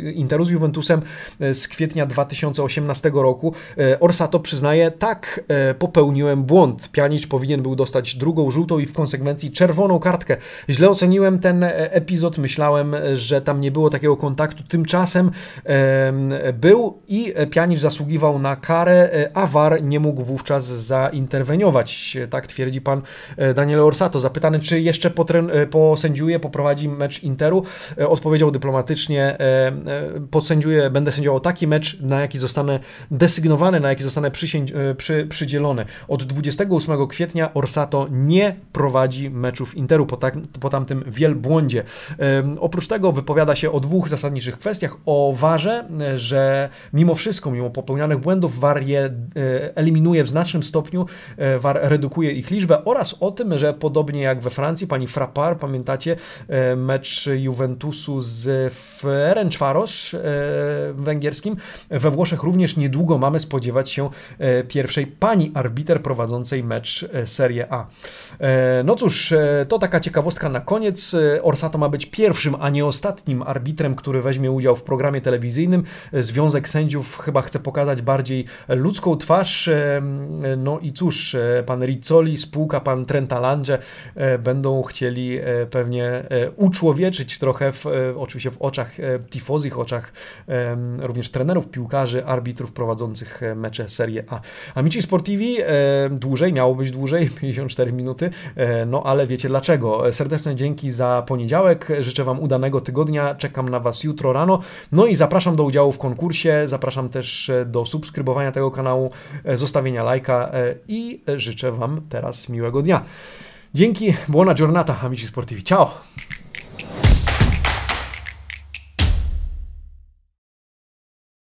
Interu z Juventusem z kwietnia dwa tysiące osiemnastego roku. Orsato przyznaje, tak, popełniłem błąd. Pjanic powinien był dostać drugą żółtą i w konsekwencji czerwoną kartkę. Źle oceniłem ten epizod, myślałem, że tam nie było takiego kontaktu. Tymczasem był i Pjanic zasługiwał na karę, a V A R nie mógł wówczas zainterweniować. Tak twierdzi pan Daniele Orsato. Zapytany, czy jeszcze posędziuje, poprowadzi mecz Interu, odpowiedział dyplomatycznie, posędziuję, będę sędziował taki mecz, na jaki zostanę desygnowany, na jaki zostanę przy, przydzielony. Od dwudziestego ósmego kwietnia Orsato nie prowadzi meczów Interu po, tak, po tamtym wielbłądzie. Oprócz tego wypowiada się o dwóch zasadniczych kwestiach. O V A R-ze, że mimo wszystko, mimo popełnianych błędów V A R je eliminuje w znacznym stopniu, V A R redukuje ich liczbę, oraz o tym, że podobnie jak we Francji, pani Frappart, pamiętacie mecz Juventusu z Ferencváros węgierskim, we Włoszech również niedługo mamy spodziewać się pierwszej pani arbiter prowadzącej mecz Serie A. No cóż, to taka ciekawostka na koniec. Orsato ma być pierwszym, a nie ostatnim arbitrem, który weźmie udział w programie telewizyjnym. Związek Sędziów chyba chce pokazać bardziej ludzką twarz. No i cóż, pan Rizzoli, spółka, pan Trentalange będą chcieli pewnie uczłowieczyć trochę, w, oczywiście w oczach tifosi, w oczach również trenerów, piłkarzy, arbitrów prowadzących mecze Serie A. Amici Sportivi, dłużej, miało być dłużej, pięćdziesiąt cztery minuty, no ale wiecie dlaczego. Serdeczne dzięki za poniedziałek, życzę Wam udanego tygodnia, czekam na Was jutro rano, no i zapraszam do udziału w konkursie, zapraszam też do subskrybowania tego kanału, zostawienia lajka i życzę Wam teraz miłego dnia. Dzięki, buona giornata, amici sportivi, ciao!